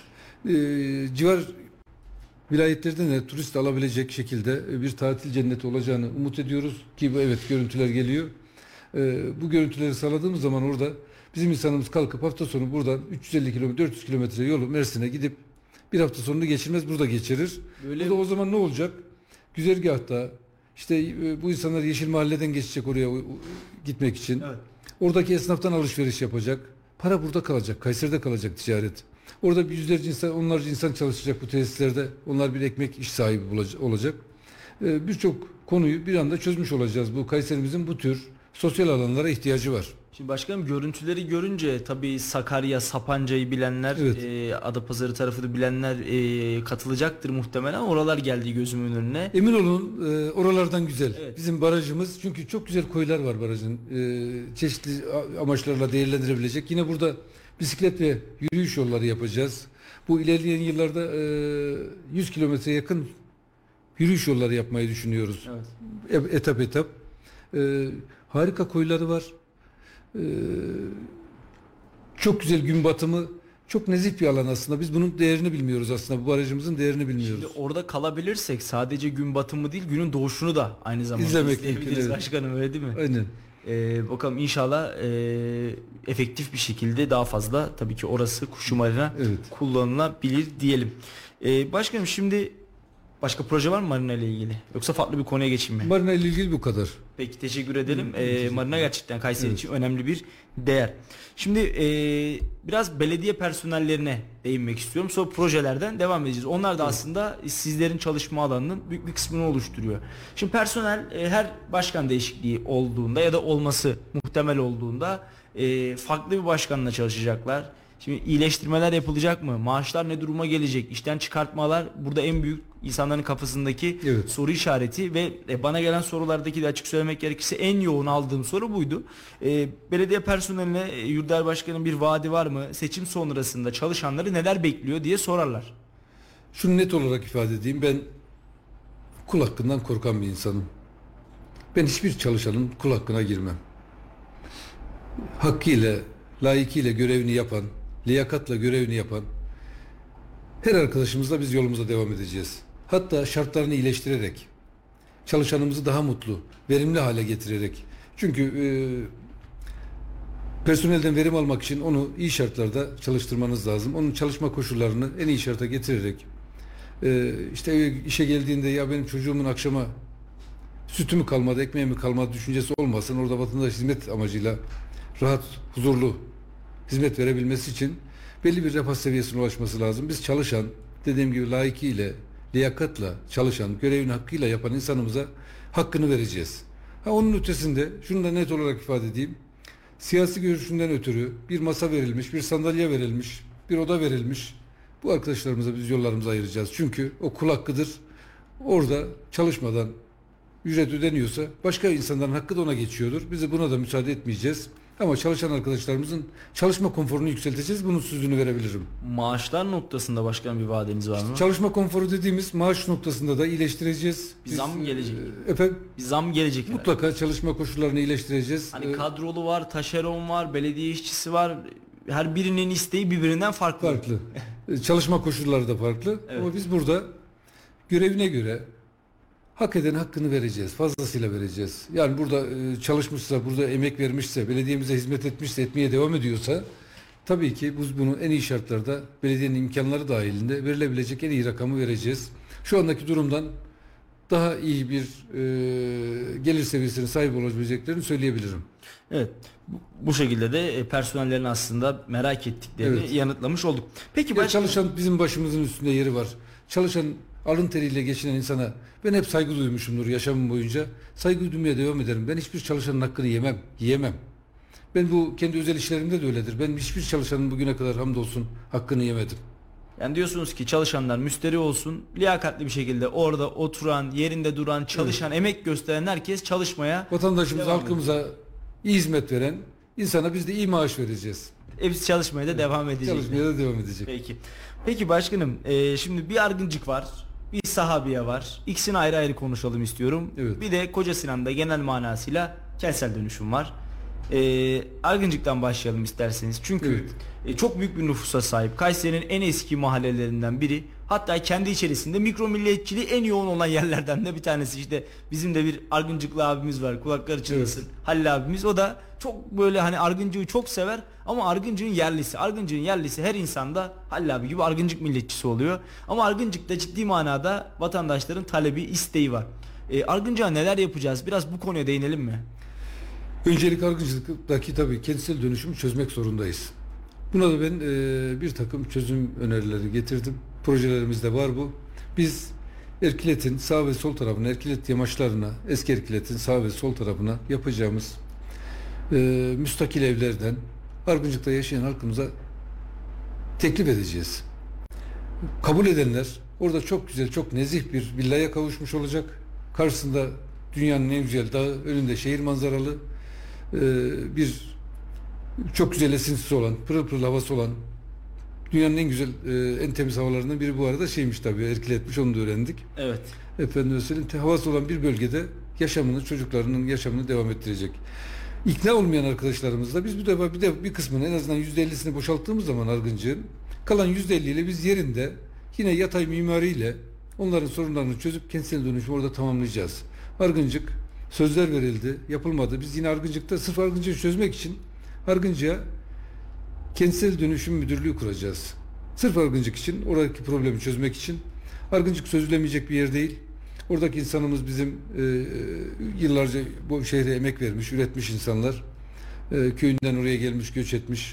S3: Civar vilayetlerden de turist alabilecek şekilde bir tatil cenneti olacağını umut ediyoruz ki bu, evet, görüntüler geliyor. Bu görüntüleri sağladığımız zaman orada bizim insanımız kalkıp hafta sonu buradan 350 kilometre, 400 kilometre yolu Mersin'e gidip bir hafta sonunu geçirmez, burada geçirir. Burada o zaman ne olacak? Güzergahta işte bu insanlar Yeşil Mahalle'den geçecek oraya gitmek için. Evet. Oradaki esnaftan alışveriş yapacak. Para burada kalacak. Kayseri'de kalacak ticaret. Orada yüzlerce insan, onlarca insan çalışacak bu tesislerde. Onlar bir ekmek iş sahibi olacak. Birçok konuyu bir anda çözmüş olacağız. Bu Kayserimizin bu tür sosyal alanlara ihtiyacı var.
S2: Şimdi başkanım, görüntüleri görünce tabii Sakarya, Sapanca'yı bilenler, evet, Adapazarı tarafını bilenler katılacaktır muhtemelen. Oralar geldi gözümün önüne.
S3: Emin olun oralardan güzel. Evet. Bizim barajımız, çünkü çok güzel koylar var barajın. Çeşitli amaçlarla değerlendirebilecek. Yine burada bisiklet ve yürüyüş yolları yapacağız. Bu ilerleyen yıllarda 100 kilometreye yakın yürüyüş yolları yapmayı düşünüyoruz. Evet. Etap etap. Harika koyları var. Çok güzel gün batımı, çok nezih bir alan aslında. Biz bunun değerini bilmiyoruz aslında. Bu barajımızın değerini bilmiyoruz.
S2: Şimdi orada kalabilirsek sadece gün batımı değil, günün doğuşunu da aynı zamanda izleyebiliriz, evet, başkanım, öyle değil mi?
S3: Aynen.
S2: Bakalım inşallah efektif bir şekilde daha fazla tabii ki orası Kuşu Marina, evet, kullanılabilir diyelim. Başkanım, şimdi başka proje var mı Marina ile ilgili? Yoksa farklı bir konuya geçeyim mi?
S3: Marina ile ilgili bu kadar.
S2: Peki, teşekkür edelim. Marina gerçekten Kayseri, evet, için önemli bir değer. Şimdi biraz belediye personellerine değinmek istiyorum. Sonra projelerden devam edeceğiz. Onlar da, evet, aslında sizlerin çalışma alanının büyük bir kısmını oluşturuyor. Şimdi personel her başkan değişikliği olduğunda ya da olması muhtemel olduğunda farklı bir başkanla çalışacaklar. Şimdi iyileştirmeler yapılacak mı? Maaşlar ne duruma gelecek? İşten çıkartmalar burada en büyük insanların kafasındaki, evet, soru işareti ve bana gelen sorulardaki de açık söylemek gerekirse en yoğun aldığım soru buydu. Belediye personeline Yurdaer Başkan'ın bir vaadi var mı? Seçim sonrasında çalışanları neler bekliyor diye sorarlar.
S3: Şunu net olarak ifade edeyim. Ben kul hakkından korkan bir insanım. Ben hiçbir çalışanın kul hakkına girmem. Hakkıyla, layıkıyla görevini yapan, liyakatla görevini yapan her arkadaşımızla biz yolumuza devam edeceğiz. Hatta şartlarını iyileştirerek, çalışanımızı daha mutlu, verimli hale getirerek. Çünkü personelden verim almak için onu iyi şartlarda çalıştırmanız lazım. Onun çalışma koşullarını en iyi şarta getirerek, işte işe geldiğinde ya benim çocuğumun akşama sütü mü kalmadı, ekmeği mi kalmadı düşüncesi olmasın. Orada vatandaş hizmet amacıyla rahat, huzurlu hizmet verebilmesi için belli bir refah seviyesine ulaşması lazım. Biz çalışan, dediğim gibi layıkıyla, liyakatla çalışan, görevini hakkıyla yapan insanımıza hakkını vereceğiz. Onun ötesinde şunu da net olarak ifade edeyim. Siyasi görüşünden ötürü bir masa verilmiş, bir sandalye verilmiş, bir oda verilmiş. Bu arkadaşlarımıza biz yollarımızı ayıracağız. Çünkü o kul hakkıdır. Orada çalışmadan ücret ödeniyorsa başka insanların hakkı da ona geçiyordur. Biz buna da müsaade etmeyeceğiz. Ama çalışan arkadaşlarımızın çalışma konforunu yükselteceğiz. Bunun sözünü verebilirim.
S2: Maaşlar noktasında başkan bir vaadiniz var mı?
S3: Çalışma konforu dediğimiz maaş noktasında da iyileştireceğiz.
S2: Bir zam mı gelecek?
S3: Efendim?
S2: Bir zam gelecek.
S3: Mutlaka herhalde. Çalışma koşullarını iyileştireceğiz.
S2: Hani kadrolu var, taşeron var, belediye işçisi var. Her birinin isteği birbirinden farklı.
S3: Farklı. Çalışma koşulları da farklı. Evet. Ama biz burada görevine göre hak eden hakkını vereceğiz. Fazlasıyla vereceğiz. Yani burada çalışmışsa, burada emek vermişse, belediyemize hizmet etmişse, etmeye devam ediyorsa tabii ki biz bunu en iyi şartlarda belediyenin imkanları dahilinde verilebilecek en iyi rakamı vereceğiz. Şu andaki durumdan daha iyi bir gelir seviyesine sahip olabileceklerini söyleyebilirim.
S2: Evet. Bu şekilde de personellerin aslında merak ettiklerini yanıtlamış olduk. Peki
S3: çalışan bizim başımızın üstünde yeri var. Çalışan alın teriyle geçinen insana ben hep saygı duymuşumdur yaşamım boyunca. Saygı duymaya devam ederim. Ben hiçbir çalışanın hakkını yiyemem. Ben bu kendi özel işlerimde de öyledir. Ben hiçbir çalışanın bugüne kadar hamdolsun hakkını yemedim.
S2: Yani diyorsunuz ki çalışanlar müşteri olsun, liyakatli bir şekilde orada oturan, yerinde duran, çalışan, emek gösteren herkes çalışmaya,
S3: vatandaşımız, halkımıza iyi hizmet veren insana biz de iyi maaş vereceğiz.
S2: Hepsi çalışmaya da devam edecek.
S3: Çalışmaya da devam edecek.
S2: Peki başkanım, şimdi bir Argıncık var, bir Sahabiye var. İkisini ayrı ayrı konuşalım istiyorum.
S3: Evet.
S2: Bir de Koca Sinan'da genel manasıyla kentsel dönüşüm var. Argıncık'tan başlayalım isterseniz. Çünkü çok büyük bir nüfusa sahip. Kayseri'nin en eski mahallelerinden biri. Hatta kendi içerisinde mikro milliyetçiliği en yoğun olan yerlerden de bir tanesi. İşte bizim de bir Argıncıklı abimiz var. Kulakları çınlasın. Evet. Halil abimiz. O da çok böyle hani Argıncık'ı çok sever ama Argıncık'ın yerlisi. Argıncık'ın yerlisi her insanda Halil abi gibi Argıncık milliyetçisi oluyor. Ama Argıncık'ta ciddi manada vatandaşların talebi, isteği var. Argıncık'a neler yapacağız? Biraz bu konuya değinelim mi?
S3: Öncelik Argıncık'taki tabii kentsel dönüşümü çözmek zorundayız. Buna da ben bir takım çözüm önerileri getirdim. Projelerimizde var bu. Biz Erkilet'in sağ ve sol tarafına, Erkilet yamaçlarına, eski Erkilet'in sağ ve sol tarafına yapacağımız müstakil evlerden Argıncık'ta yaşayan halkımıza teklif edeceğiz. Kabul edenler orada çok güzel, çok nezih bir villaya kavuşmuş olacak. Karşısında dünyanın en güzel dağı, önünde şehir manzaralı bir çok güzel esintisi olan, pırıl pırıl havası olan, dünyanın en güzel, en temiz havalarından biri bu arada şeymiş tabii, Erkilet'miş, onu da öğrendik.
S2: Evet.
S3: Efendim söyleyeyim, havası olan bir bölgede yaşamını, çocuklarının yaşamını devam ettirecek. İkna olmayan arkadaşlarımız da biz bu defa bir kısmını, en azından %50'sini boşalttığımız zaman Argıncık'ın kalan %50 ile biz yerinde yine yatay mimariyle onların sorunlarını çözüp kentsel dönüşümü orada tamamlayacağız. Argıncık sözler verildi, yapılmadı. Biz yine Argıncık'ta sırf Argıncık'ı çözmek için Argıncık'a kentsel dönüşüm müdürlüğü kuracağız. Sırf Argıncık için, oradaki problemi çözmek için. Argıncık sözülemeyecek bir yer değil. Oradaki insanımız bizim yıllarca bu şehre emek vermiş, üretmiş insanlar. Köyünden oraya gelmiş, göç etmiş.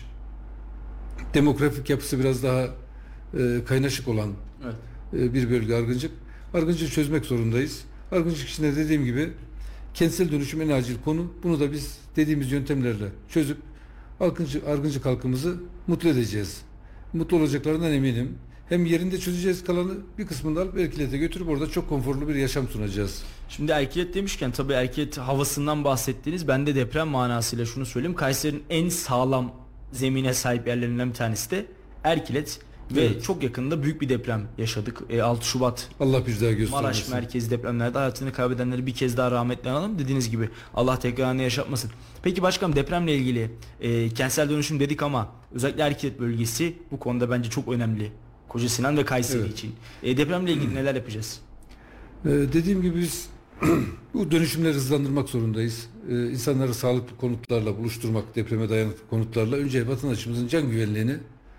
S3: Demografik yapısı biraz daha kaynaşık olan bir bölge Argıncık. Argıncık'ı çözmek zorundayız. Argıncık için de dediğim gibi kentsel dönüşüm en acil konu. Bunu da biz dediğimiz yöntemlerle çözüp Argıncık halkımızı mutlu edeceğiz. Mutlu olacaklarından eminim. Hem yerinde çözeceğiz, kalanı bir kısmını da alıp Erkilet'e götürüp orada çok konforlu bir yaşam sunacağız.
S2: Şimdi Erkilet demişken tabii Erkilet havasından bahsettiniz. Ben de deprem manasıyla şunu söyleyeyim. Kayseri'nin en sağlam zemine sahip yerlerinden bir tanesi de Erkilet. Ve çok yakında büyük bir deprem yaşadık. 6 Şubat
S3: Allah bir daha göstermesin.
S2: Maraş merkezi depremlerde hayatını kaybedenleri bir kez daha rahmetle analım. Dediğiniz gibi Allah tekrarını yaşatmasın. Peki başkanım, depremle ilgili kentsel dönüşüm dedik ama özellikle Erkilet bölgesi bu konuda bence çok önemli. Koca Sinan ve Kayseri için. Depremle ilgili neler yapacağız?
S3: Dediğim gibi biz bu dönüşümleri hızlandırmak zorundayız. İnsanları sağlıklı konutlarla buluşturmak, depreme dayanıklı konutlarla önce vatandaşımızın can güvenliğini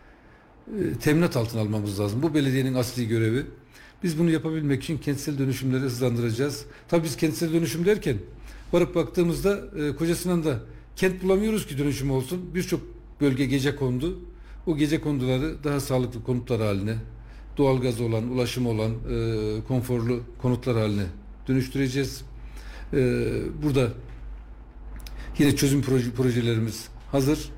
S3: teminat altına almamız lazım. Bu belediyenin asli görevi. Biz bunu yapabilmek için kentsel dönüşümleri hızlandıracağız. Tabii biz kentsel dönüşüm derken varıp baktığımızda Koca Sinan'da kent bulamıyoruz ki dönüşüm olsun. Birçok bölge gecekondu. O gecekonduları daha sağlıklı konutlar haline, doğalgaz olan, ulaşımı olan konforlu konutlar haline dönüştüreceğiz. Burada yine çözüm projelerimiz hazır.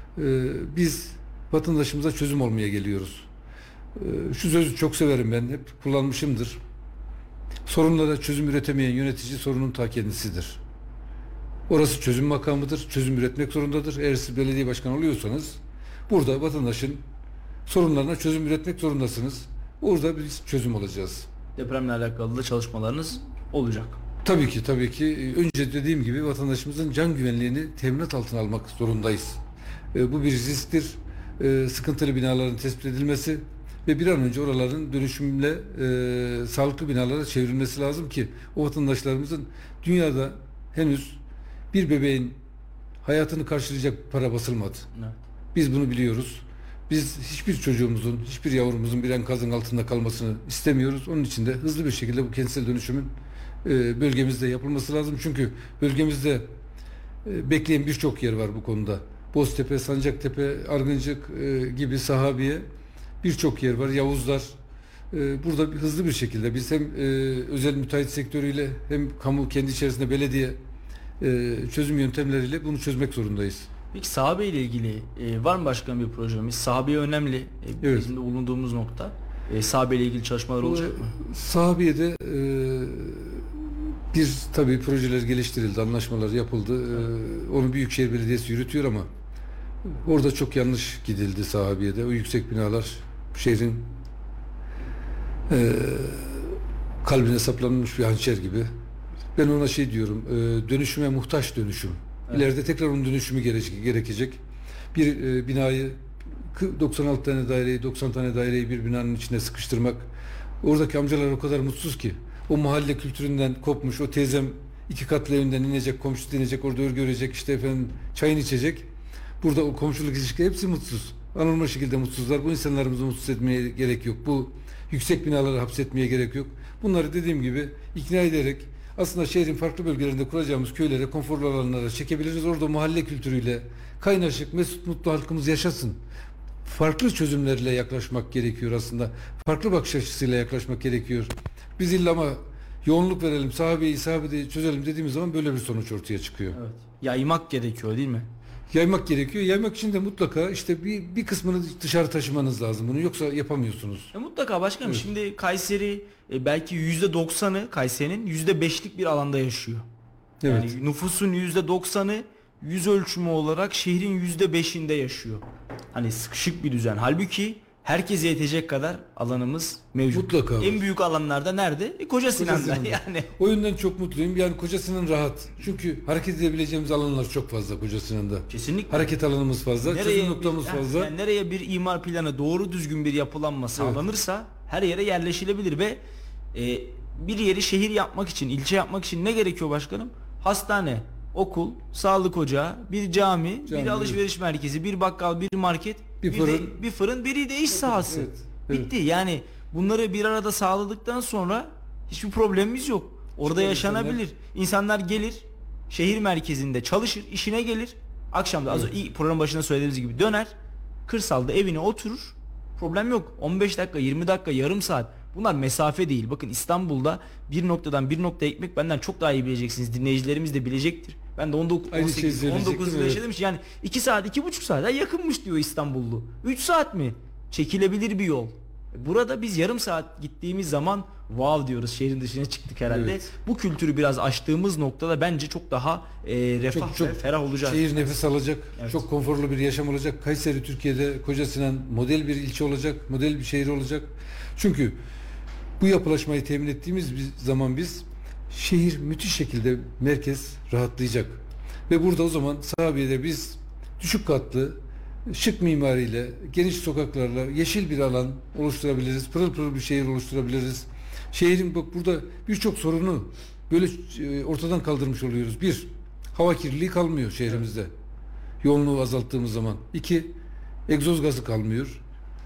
S3: Biz vatandaşımıza çözüm olmaya geliyoruz. Şu sözü çok severim, ben hep kullanmışımdır. Sorunlara çözüm üretemeyen yönetici sorunun ta kendisidir. Orası çözüm makamıdır. Çözüm üretmek zorundadır. Eğer siz belediye başkanı oluyorsanız burada vatandaşın sorunlarına çözüm üretmek zorundasınız. Orada biz çözüm olacağız.
S2: Depremle alakalı da çalışmalarınız olacak.
S3: Tabii ki. Önce dediğim gibi vatandaşımızın can güvenliğini teminat altına almak zorundayız. Bu bir risktir. Sıkıntılı binaların tespit edilmesi ve bir an önce oraların dönüşümle sağlıklı binalara çevrilmesi lazım ki o vatandaşlarımızın dünyada henüz bir bebeğin hayatını karşılayacak para basılmadı. Evet. Biz bunu biliyoruz. Biz hiçbir çocuğumuzun, hiçbir yavrumuzun bir enkazın altında kalmasını istemiyoruz. Onun için de hızlı bir şekilde bu kentsel dönüşümün bölgemizde yapılması lazım. Çünkü bölgemizde bekleyen birçok yer var bu konuda. Boztepe, Sancaktepe, Argıncık gibi Sahabiye birçok yer var. Yavuzlar. Burada hızlı bir şekilde biz hem özel müteahhit sektörüyle hem kamu kendi içerisinde belediye çözüm yöntemleriyle bunu çözmek zorundayız.
S2: Peki sahabe ile ilgili var mı başkan bir projemiz? Sahabe önemli.
S3: Evet.
S2: Bizim de bulunduğumuz nokta. Sahabe ile ilgili çalışmalar olacak mı?
S3: Sahabiye'de bir tabii projeler geliştirildi, anlaşmalar yapıldı. Onu Büyükşehir Belediyesi yürütüyor ama orada çok yanlış gidildi Sahabiye'de. O yüksek binalar şehrin kalbine saplanmış bir hançer gibi. Ben ona şey diyorum, dönüşüme muhtaç dönüşüm. Evet. İleride tekrar onun dönüşümü gerekecek. Bir binayı 96 tane daireyi, 90 tane daireyi bir binanın içine sıkıştırmak. Oradaki amcalar o kadar mutsuz ki. O mahalle kültüründen kopmuş. O teyzem 2 katlı evinden inecek, komşusu inecek, orada örgü örecek, işte efendim çayını içecek. Burada o komşuluk ilişki hepsi mutsuz. Anormal şekilde mutsuzlar. Bu insanlarımızı mutsuz etmeye gerek yok. Bu yüksek binaları hapsetmeye gerek yok. Bunları dediğim gibi ikna ederek aslında şehrin farklı bölgelerinde kuracağımız köylere, konforlu alanlara çekebiliriz. Orada mahalle kültürüyle kaynaşık, mesut, mutlu halkımız yaşasın. Farklı çözümlerle yaklaşmak gerekiyor aslında. Farklı bakış açısıyla yaklaşmak gerekiyor. Biz illa ama yoğunluk verelim, sahabeyi çözelim dediğimiz zaman böyle bir sonuç ortaya çıkıyor.
S2: Evet. Yaymak gerekiyor değil mi?
S3: Yaymak gerekiyor. Yaymak için de mutlaka işte bir kısmını dışarı taşımanız lazım bunu. Yoksa yapamıyorsunuz.
S2: Mutlaka başkanım.
S3: Evet.
S2: Şimdi Kayseri belki %90'ı Kayseri'nin %5'lik bir alanda yaşıyor.
S3: Evet.
S2: Yani nüfusun %90'ı yüz ölçümü olarak şehrin %5'inde yaşıyor. Hani sıkışık bir düzen. Halbuki herkese yetecek kadar alanımız mevcut.
S3: Mutlaka var.
S2: En büyük alanlarda nerede? Koca Sinan'da yani.
S3: O yönden çok mutluyum. Yani Koca Sinan rahat. Çünkü hareket edebileceğimiz alanlar çok fazla Koca Sinan'da.
S2: Kesinlikle.
S3: Hareket alanımız fazla, çözüm noktamız fazla.
S2: Yani nereye bir imar planı, doğru düzgün bir yapılanma sağlanırsa her yere yerleşilebilir ve bir yeri şehir yapmak için, ilçe yapmak için ne gerekiyor başkanım? Hastane, okul, sağlık ocağı, bir cami, bir alışveriş merkezi, bir bakkal, bir market, bir fırın, biri de iş sahası.
S3: Evet.
S2: Bitti. Yani bunları bir arada sağladıktan sonra hiçbir problemimiz yok. Orada yaşanabilir. İnsanlar gelir, şehir merkezinde çalışır, işine gelir. Akşam da ilk program başında söylediğimiz gibi döner, kırsalda evine oturur. Problem yok. 15 dakika, 20 dakika, yarım saat. Bunlar mesafe değil. Bakın İstanbul'da bir noktadan bir noktaya gitmek benden çok daha iyi bileceksiniz. Dinleyicilerimiz de bilecektir. Ben de 19 yıl yaşadım. Yani 2 saat, 2,5 saat yakınmış diyor İstanbullu. 3 saat mi? Çekilebilir bir yol. Burada biz yarım saat gittiğimiz zaman wow diyoruz, şehrin dışına çıktık herhalde.
S3: Evet.
S2: Bu kültürü biraz aştığımız noktada bence çok daha refah ve ferah olacak.
S3: Şehir nefes alacak.
S2: Evet.
S3: Çok konforlu bir yaşam olacak. Kayseri Türkiye'de Koca Sinan model bir ilçe olacak. Model bir şehir olacak. Çünkü bu yapılaşmayı temin ettiğimiz zaman biz şehir müthiş şekilde merkez rahatlayacak. Ve burada o zaman Sahabiye'de biz düşük katlı şık mimariyle, geniş sokaklarla yeşil bir alan oluşturabiliriz. Pırıl pırıl bir şehir oluşturabiliriz. Şehrin bak burada birçok sorunu böyle ortadan kaldırmış oluyoruz. Bir, hava kirliliği kalmıyor şehrimizde. Evet. Yoğunluğu azalttığımız zaman. 2, egzoz gazı kalmıyor.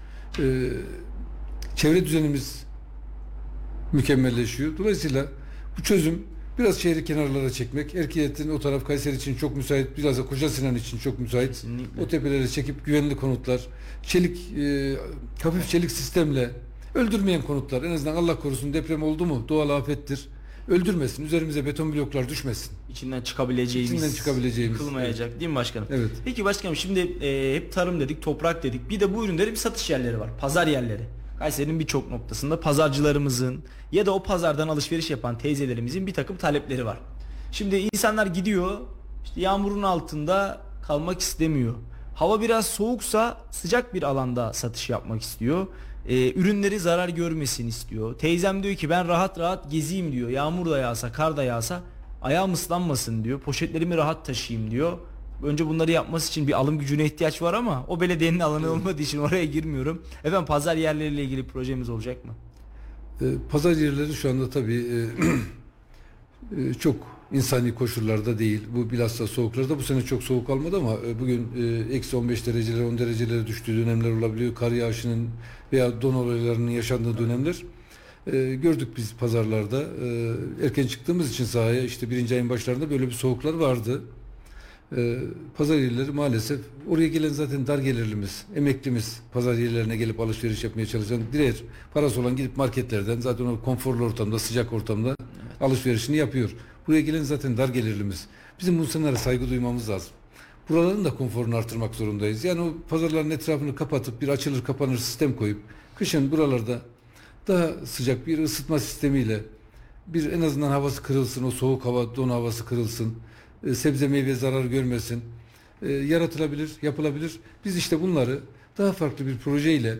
S3: Çevre düzenimiz mükemmelleşiyor. Dolayısıyla bu çözüm biraz şehri kenarlara çekmek. Erkiyetin o taraf Kayseri için çok müsait. Biraz da Koca Sinan için çok müsait. Kesinlikle. O tepelere çekip güvenli konutlar, hafif çelik sistemle öldürmeyen konutlar. En azından Allah korusun deprem oldu mu doğal afettir. Öldürmesin. Üzerimize beton bloklar düşmesin.
S2: İçinden çıkabileceğimiz. Yıkılmayacak. Evet. Değil mi başkanım?
S3: Evet.
S2: Peki başkanım şimdi hep tarım dedik, toprak dedik. Bir de bu ürünlerin bir satış yerleri var. Pazar yerleri. Kayseri'nin birçok noktasında pazarcılarımızın ya da o pazardan alışveriş yapan teyzelerimizin bir takım talepleri var. Şimdi insanlar gidiyor, işte yağmurun altında kalmak istemiyor. Hava biraz soğuksa sıcak bir alanda satış yapmak istiyor. Ürünleri zarar görmesin istiyor. Teyzem diyor ki ben rahat rahat gezeyim diyor. Yağmur da yağsa, kar da yağsa ayağım ıslanmasın diyor. Poşetlerimi rahat taşıyayım diyor. Önce bunları yapması için bir alım gücüne ihtiyaç var ama o belediyenin alanı olmadığı için oraya girmiyorum. Efendim pazar yerleriyle ilgili projemiz olacak mı?
S3: Pazar yerleri şu anda tabii çok insani koşullarda değil. Bu bilhassa soğuklarda, bu sene çok soğuk almadı ama bugün eksi 15 dereceler 10 derecelere düştüğü dönemler olabiliyor. Kar yağışının veya don olaylarının yaşandığı dönemler. Gördük biz pazarlarda. Erken çıktığımız için sahaya, işte birinci ayın başlarında böyle bir soğuklar vardı. Pazar yerleri maalesef, oraya gelen zaten dar gelirlimiz, emeklimiz, pazar yerlerine gelip alışveriş yapmaya çalışan, diğer parası olan gidip marketlerden zaten o konforlu ortamda, sıcak ortamda alışverişini yapıyor. Buraya gelen zaten dar gelirlimiz. Bizim bu insanlara saygı duymamız lazım. Buraların da konforunu artırmak zorundayız. Yani o pazarların etrafını kapatıp bir açılır kapanır sistem koyup kışın buralarda daha sıcak bir ısıtma sistemiyle bir en azından havası kırılsın, o soğuk hava, don havası kırılsın, sebze meyve zarar görmesin, yaratılabilir, yapılabilir. Biz işte bunları daha farklı bir projeyle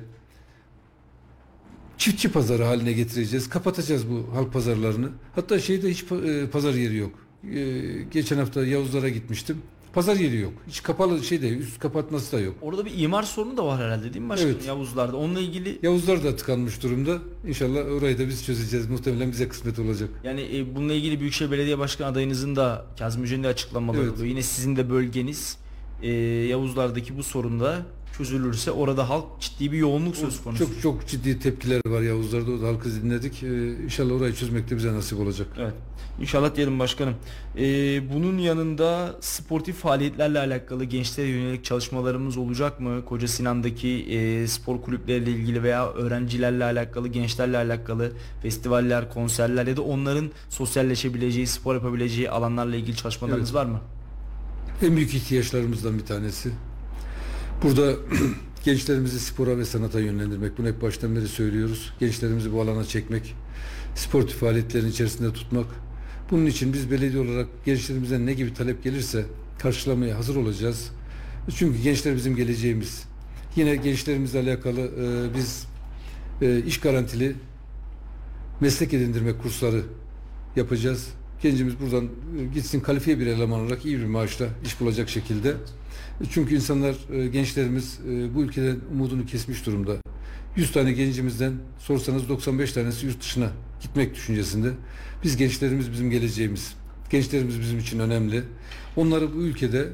S3: çiftçi pazarı haline getireceğiz. Kapatacağız bu halk pazarlarını. Hatta şeyde hiç pazar yeri yok. Geçen hafta Yavuzlara gitmiştim. Pazar yeri yok. Hiç kapalı şeyde, üst kapatması da yok.
S2: Orada bir imar sorunu da var herhalde değil mi başkanım?
S3: Evet.
S2: Yavuzlar'da. Onunla ilgili
S3: Yavuzlar da tıkanmış durumda. İnşallah orayı da biz çözeceğiz. Muhtemelen bize kısmet olacak.
S2: yani bununla ilgili Büyükşehir Belediye Başkanı adayınızın da Kazım Yücel'in de açıklamaları
S3: Evet.
S2: oluyor. Yine sizin de bölgeniz Yavuzlar'daki bu sorunda çözülürse orada halk ciddi bir yoğunluk söz konusu.
S3: Çok çok ciddi tepkiler var Yavuzlar'da. O da halkı dinledik. İnşallah orayı çözmek de bize nasip olacak.
S2: Evet. İnşallah diyelim başkanım. Bunun yanında sportif faaliyetlerle alakalı gençlere yönelik çalışmalarımız olacak mı? Koca Sinan'daki spor kulüpleriyle ilgili veya öğrencilerle alakalı, gençlerle alakalı festivaller, konserler ya da onların sosyalleşebileceği, spor yapabileceği alanlarla ilgili çalışmalarınız var mı?
S3: En büyük ihtiyaçlarımızdan bir tanesi. Burada gençlerimizi spora ve sanata yönlendirmek. Bunu hep baştan beri söylüyoruz. Gençlerimizi bu alana çekmek, sportif faaliyetlerin içerisinde tutmak. Bunun için biz belediye olarak gençlerimizden ne gibi talep gelirse karşılamaya hazır olacağız. Çünkü gençler bizim geleceğimiz. Yine gençlerimizle alakalı biz iş garantili meslek edindirme kursları yapacağız. Gencimiz buradan gitsin, kalifiye bir eleman olarak iyi bir maaşla iş bulacak şekilde. Çünkü insanlar, gençlerimiz bu ülkeden umudunu kesmiş durumda. 100 tane gencimizden sorsanız 95 tanesi yurt dışına gitmek düşüncesinde. Biz gençlerimiz bizim geleceğimiz. Gençlerimiz bizim için önemli. Onları bu ülkede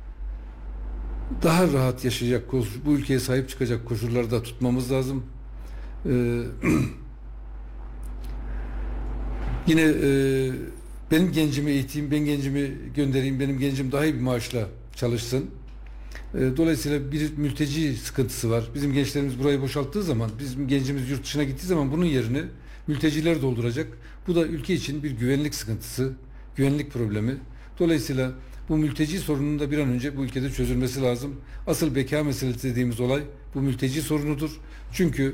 S3: daha rahat yaşayacak, bu ülkeye sahip çıkacak koşullarda tutmamız lazım. Yine benim gencimi eğiteyim, ben gencimi göndereyim, benim gencim daha iyi bir maaşla çalışsın. Dolayısıyla bir mülteci sıkıntısı var. Bizim gençlerimiz burayı boşalttığı zaman, bizim gencimiz yurt dışına gittiği zaman bunun yerini mülteciler dolduracak. Bu da ülke için bir güvenlik sıkıntısı, güvenlik problemi. Dolayısıyla bu mülteci sorununun da bir an önce bu ülkede çözülmesi lazım. Asıl beka meselesi dediğimiz olay bu mülteci sorunudur. Çünkü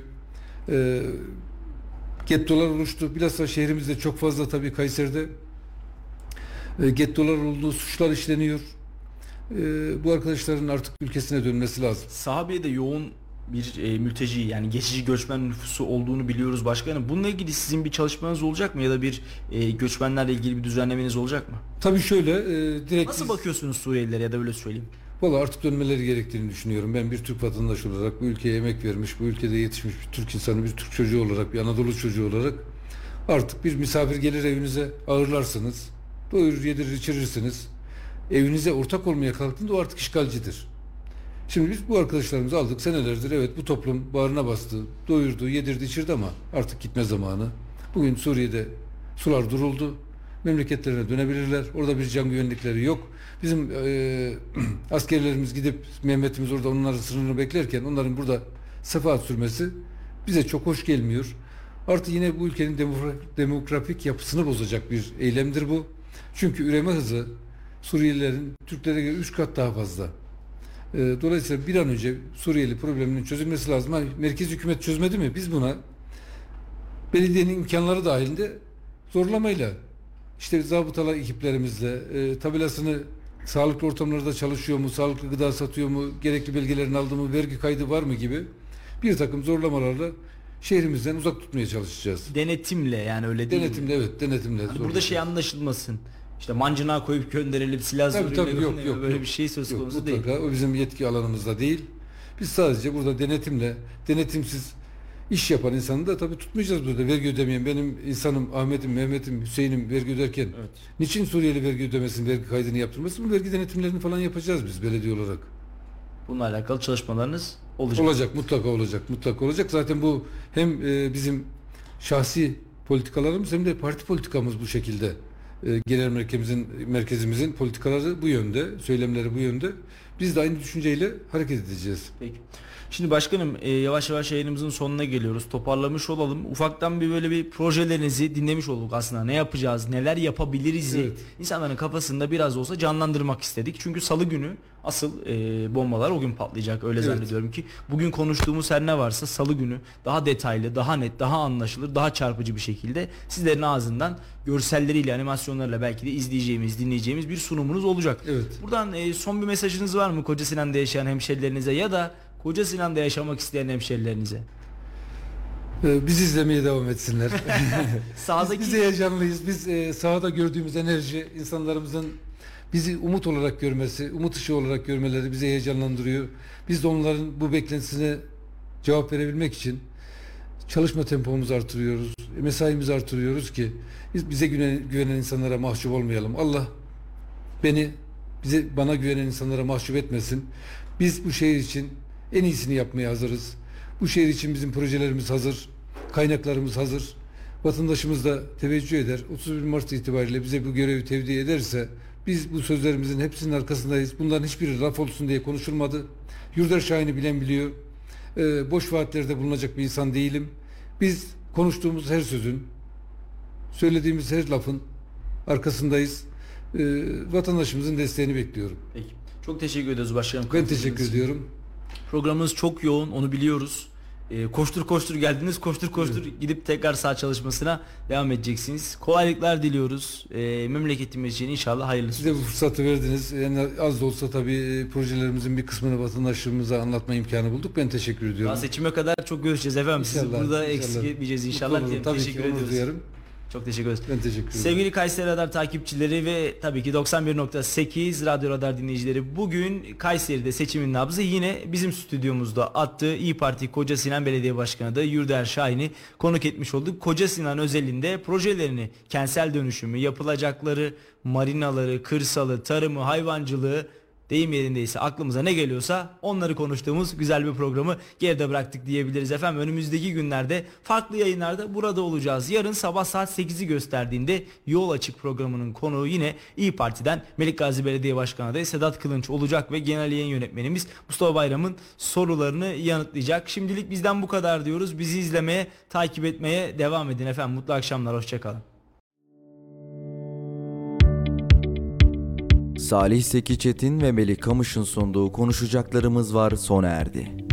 S3: gettolar oluştu. Bilhassa şehrimizde çok fazla, tabii Kayseri'de gettolar olduğu suçlar işleniyor. Bu arkadaşların artık ülkesine dönmesi lazım.
S2: Sahabe'de yoğun bir mülteci, yani geçici göçmen nüfusu olduğunu biliyoruz başkanım. Bununla ilgili sizin bir çalışmanız olacak mı ya da bir göçmenlerle ilgili bir düzenlemeniz olacak mı?
S3: Tabii şöyle direkt
S2: Nasıl bakıyorsunuz Suriyelilere, ya da öyle söyleyeyim?
S3: Valla artık dönmeleri gerektiğini düşünüyorum. Ben bir Türk vatandaşı olarak, bu ülkeye emek vermiş, bu ülkede yetişmiş bir Türk insanı, bir Türk çocuğu olarak, bir Anadolu çocuğu olarak artık bir misafir gelir evinize, ağırlarsınız, doyurur, yedirir, içirirsiniz. Evinize ortak olmaya kalktığında o artık işgalcidir. Şimdi biz bu arkadaşlarımızı aldık senelerdir. Evet, bu toplum bağrına bastı, doyurdu, yedirdi, içirdi ama artık gitme zamanı. Bugün Suriye'de sular duruldu. Memleketlerine dönebilirler. Orada bir can güvenlikleri yok. Bizim askerlerimiz gidip, Mehmet'imiz orada onların sınırını beklerken onların burada sefaat sürmesi bize çok hoş gelmiyor. Artı yine bu ülkenin demografik yapısını bozacak bir eylemdir bu. Çünkü üreme hızı Suriyelilerin Türklere göre 3 kat daha fazla. Dolayısıyla bir an önce Suriyeli probleminin çözülmesi lazım. Merkez hükümet çözmedi mi? Biz buna belediyenin imkanları dahilinde zorlamayla, işte zabıtalar ekiplerimizle, tabelasını sağlıklı ortamlarda çalışıyor mu, sağlıklı gıda satıyor mu, gerekli belgelerini aldı mı, vergi kaydı var mı gibi bir takım zorlamalarla şehrimizden uzak tutmaya çalışacağız.
S2: Denetimle, yani öyle değil
S3: Denetimle,
S2: mi?
S3: evet, denetimle.
S2: Hani burada şey anlaşılmasın. İşte mancına koyup gönderelim, silah
S3: Tabii, yok,
S2: böyle bir şey söz konusu
S3: mutlaka
S2: değil.
S3: o bizim yetki alanımızda değil. Biz sadece burada denetimle, denetimsiz İş yapan insanı da tabii tutmayacağız burada. Vergi ödemeyen benim insanım, Ahmet'im, Mehmet'im, Hüseyin'im vergi öderken
S2: Evet.
S3: niçin Suriyeli vergi ödemesin, vergi kaydını yaptırmasın? Bu vergi denetimlerini falan yapacağız biz belediye olarak.
S2: Bununla alakalı çalışmalarınız olacak.
S3: Olacak, mutlaka olacak, mutlaka olacak. Zaten bu hem bizim şahsi politikalarımız hem de parti politikamız bu şekilde. Genel merkezimizin politikaları bu yönde, söylemleri bu yönde. Biz de aynı düşünceyle hareket edeceğiz.
S2: Peki. Şimdi başkanım yavaş yavaş yayınımızın sonuna geliyoruz. Toparlamış olalım. Ufaktan böyle bir projelerinizi dinlemiş olduk aslında. Ne yapacağız, neler yapabiliriz
S3: Evet.
S2: insanların kafasında biraz olsa canlandırmak istedik. Çünkü salı günü asıl bombalar o gün patlayacak. Öyle
S3: Evet.
S2: zannediyorum ki. Bugün konuştuğumuz her ne varsa salı günü daha detaylı, daha net, daha anlaşılır, daha çarpıcı bir şekilde sizlerin ağzından görselleriyle, animasyonlarla belki de izleyeceğimiz, dinleyeceğimiz bir sunumunuz olacak.
S3: Evet.
S2: Buradan son bir mesajınız var mı Koca Sinan'da yaşayan hemşerilerinize ya da Koca Sinan'da yaşamak isteyen hemşerilerinize?
S3: Biz izlemeye devam etsinler.
S2: Sahadaki
S3: Biz heyecanlıyız. Biz sahada gördüğümüz enerji, insanlarımızın bizi umut olarak görmesi, umut ışığı olarak görmeleri bizi heyecanlandırıyor. Biz de onların bu beklentisine cevap verebilmek için çalışma tempomuzu artırıyoruz, mesaimizi artırıyoruz ki bize güvenen insanlara mahcup olmayalım. Allah bana güvenen insanlara mahcup etmesin. Biz bu şehir için en iyisini yapmaya hazırız. Bu şehir için bizim projelerimiz hazır, kaynaklarımız hazır. Vatandaşımız da teveccüh eder. 31 Mart itibariyle bize bu görevi tevdi ederse biz bu sözlerimizin hepsinin arkasındayız. Bunların hiçbiri laf olsun diye konuşulmadı. Yurdaş Şahin'i bilen biliyor. Boş vaatlerde bulunacak bir insan değilim. Biz konuştuğumuz her sözün, söylediğimiz her lafın arkasındayız. Vatandaşımızın desteğini bekliyorum.
S2: Peki. Çok teşekkür ediyoruz başkanım.
S3: Ben teşekkür ediyorum.
S2: Programımız çok yoğun, onu biliyoruz. Koştur koştur geldiniz, koştur koştur gidip tekrar saha çalışmasına devam edeceksiniz. Kolaylıklar diliyoruz. Memleketimiz için inşallah hayırlısı.
S3: Size bu fırsatı verdiniz. Yani az da olsa tabii projelerimizin bir kısmını vatandaşlarımıza anlatma imkanı bulduk. Ben teşekkür ediyorum.
S2: Daha seçime kadar çok görüşeceğiz efendim. Sizi
S3: İnşallah,
S2: burada
S3: inşallah.
S2: eksik etmeyeceğiz inşallah.
S3: Mutlu olurum. Tabii
S2: Teşekkür
S3: ki onur
S2: ediyoruz.
S3: duyarım.
S2: Çok teşekkür ederiz.
S3: Ben teşekkür ederim.
S2: Sevgili Kayseri Radar takipçileri ve tabii ki 91.8 Radyo Radar dinleyicileri, bugün Kayseri'de seçimin nabzı yine bizim stüdyomuzda attığı İYİ Parti Koca Sinan Belediye Başkanı da Yurdaer Şahin'i konuk etmiş olduk. Koca Sinan özelinde projelerini, kentsel dönüşümü, yapılacakları, marinaları, kırsalı, tarımı, hayvancılığı, deyim yerindeyse aklımıza ne geliyorsa onları konuştuğumuz güzel bir programı geride bıraktık diyebiliriz efendim. Önümüzdeki günlerde farklı yayınlarda burada olacağız. Yarın sabah saat 8'i gösterdiğinde Yol Açık programının konuğu yine İYİ Parti'den Melik Gazi Belediye Başkanı adayı Sedat Kılınç olacak ve genel yayın yönetmenimiz Mustafa Bayram'ın sorularını yanıtlayacak. Şimdilik bizden bu kadar diyoruz. Bizi izlemeye, takip etmeye devam edin efendim. Mutlu akşamlar, hoşçakalın.
S1: Salih Seki Çetin ve Melih Kamış'ın sunduğu konuşacaklarımız var sona erdi.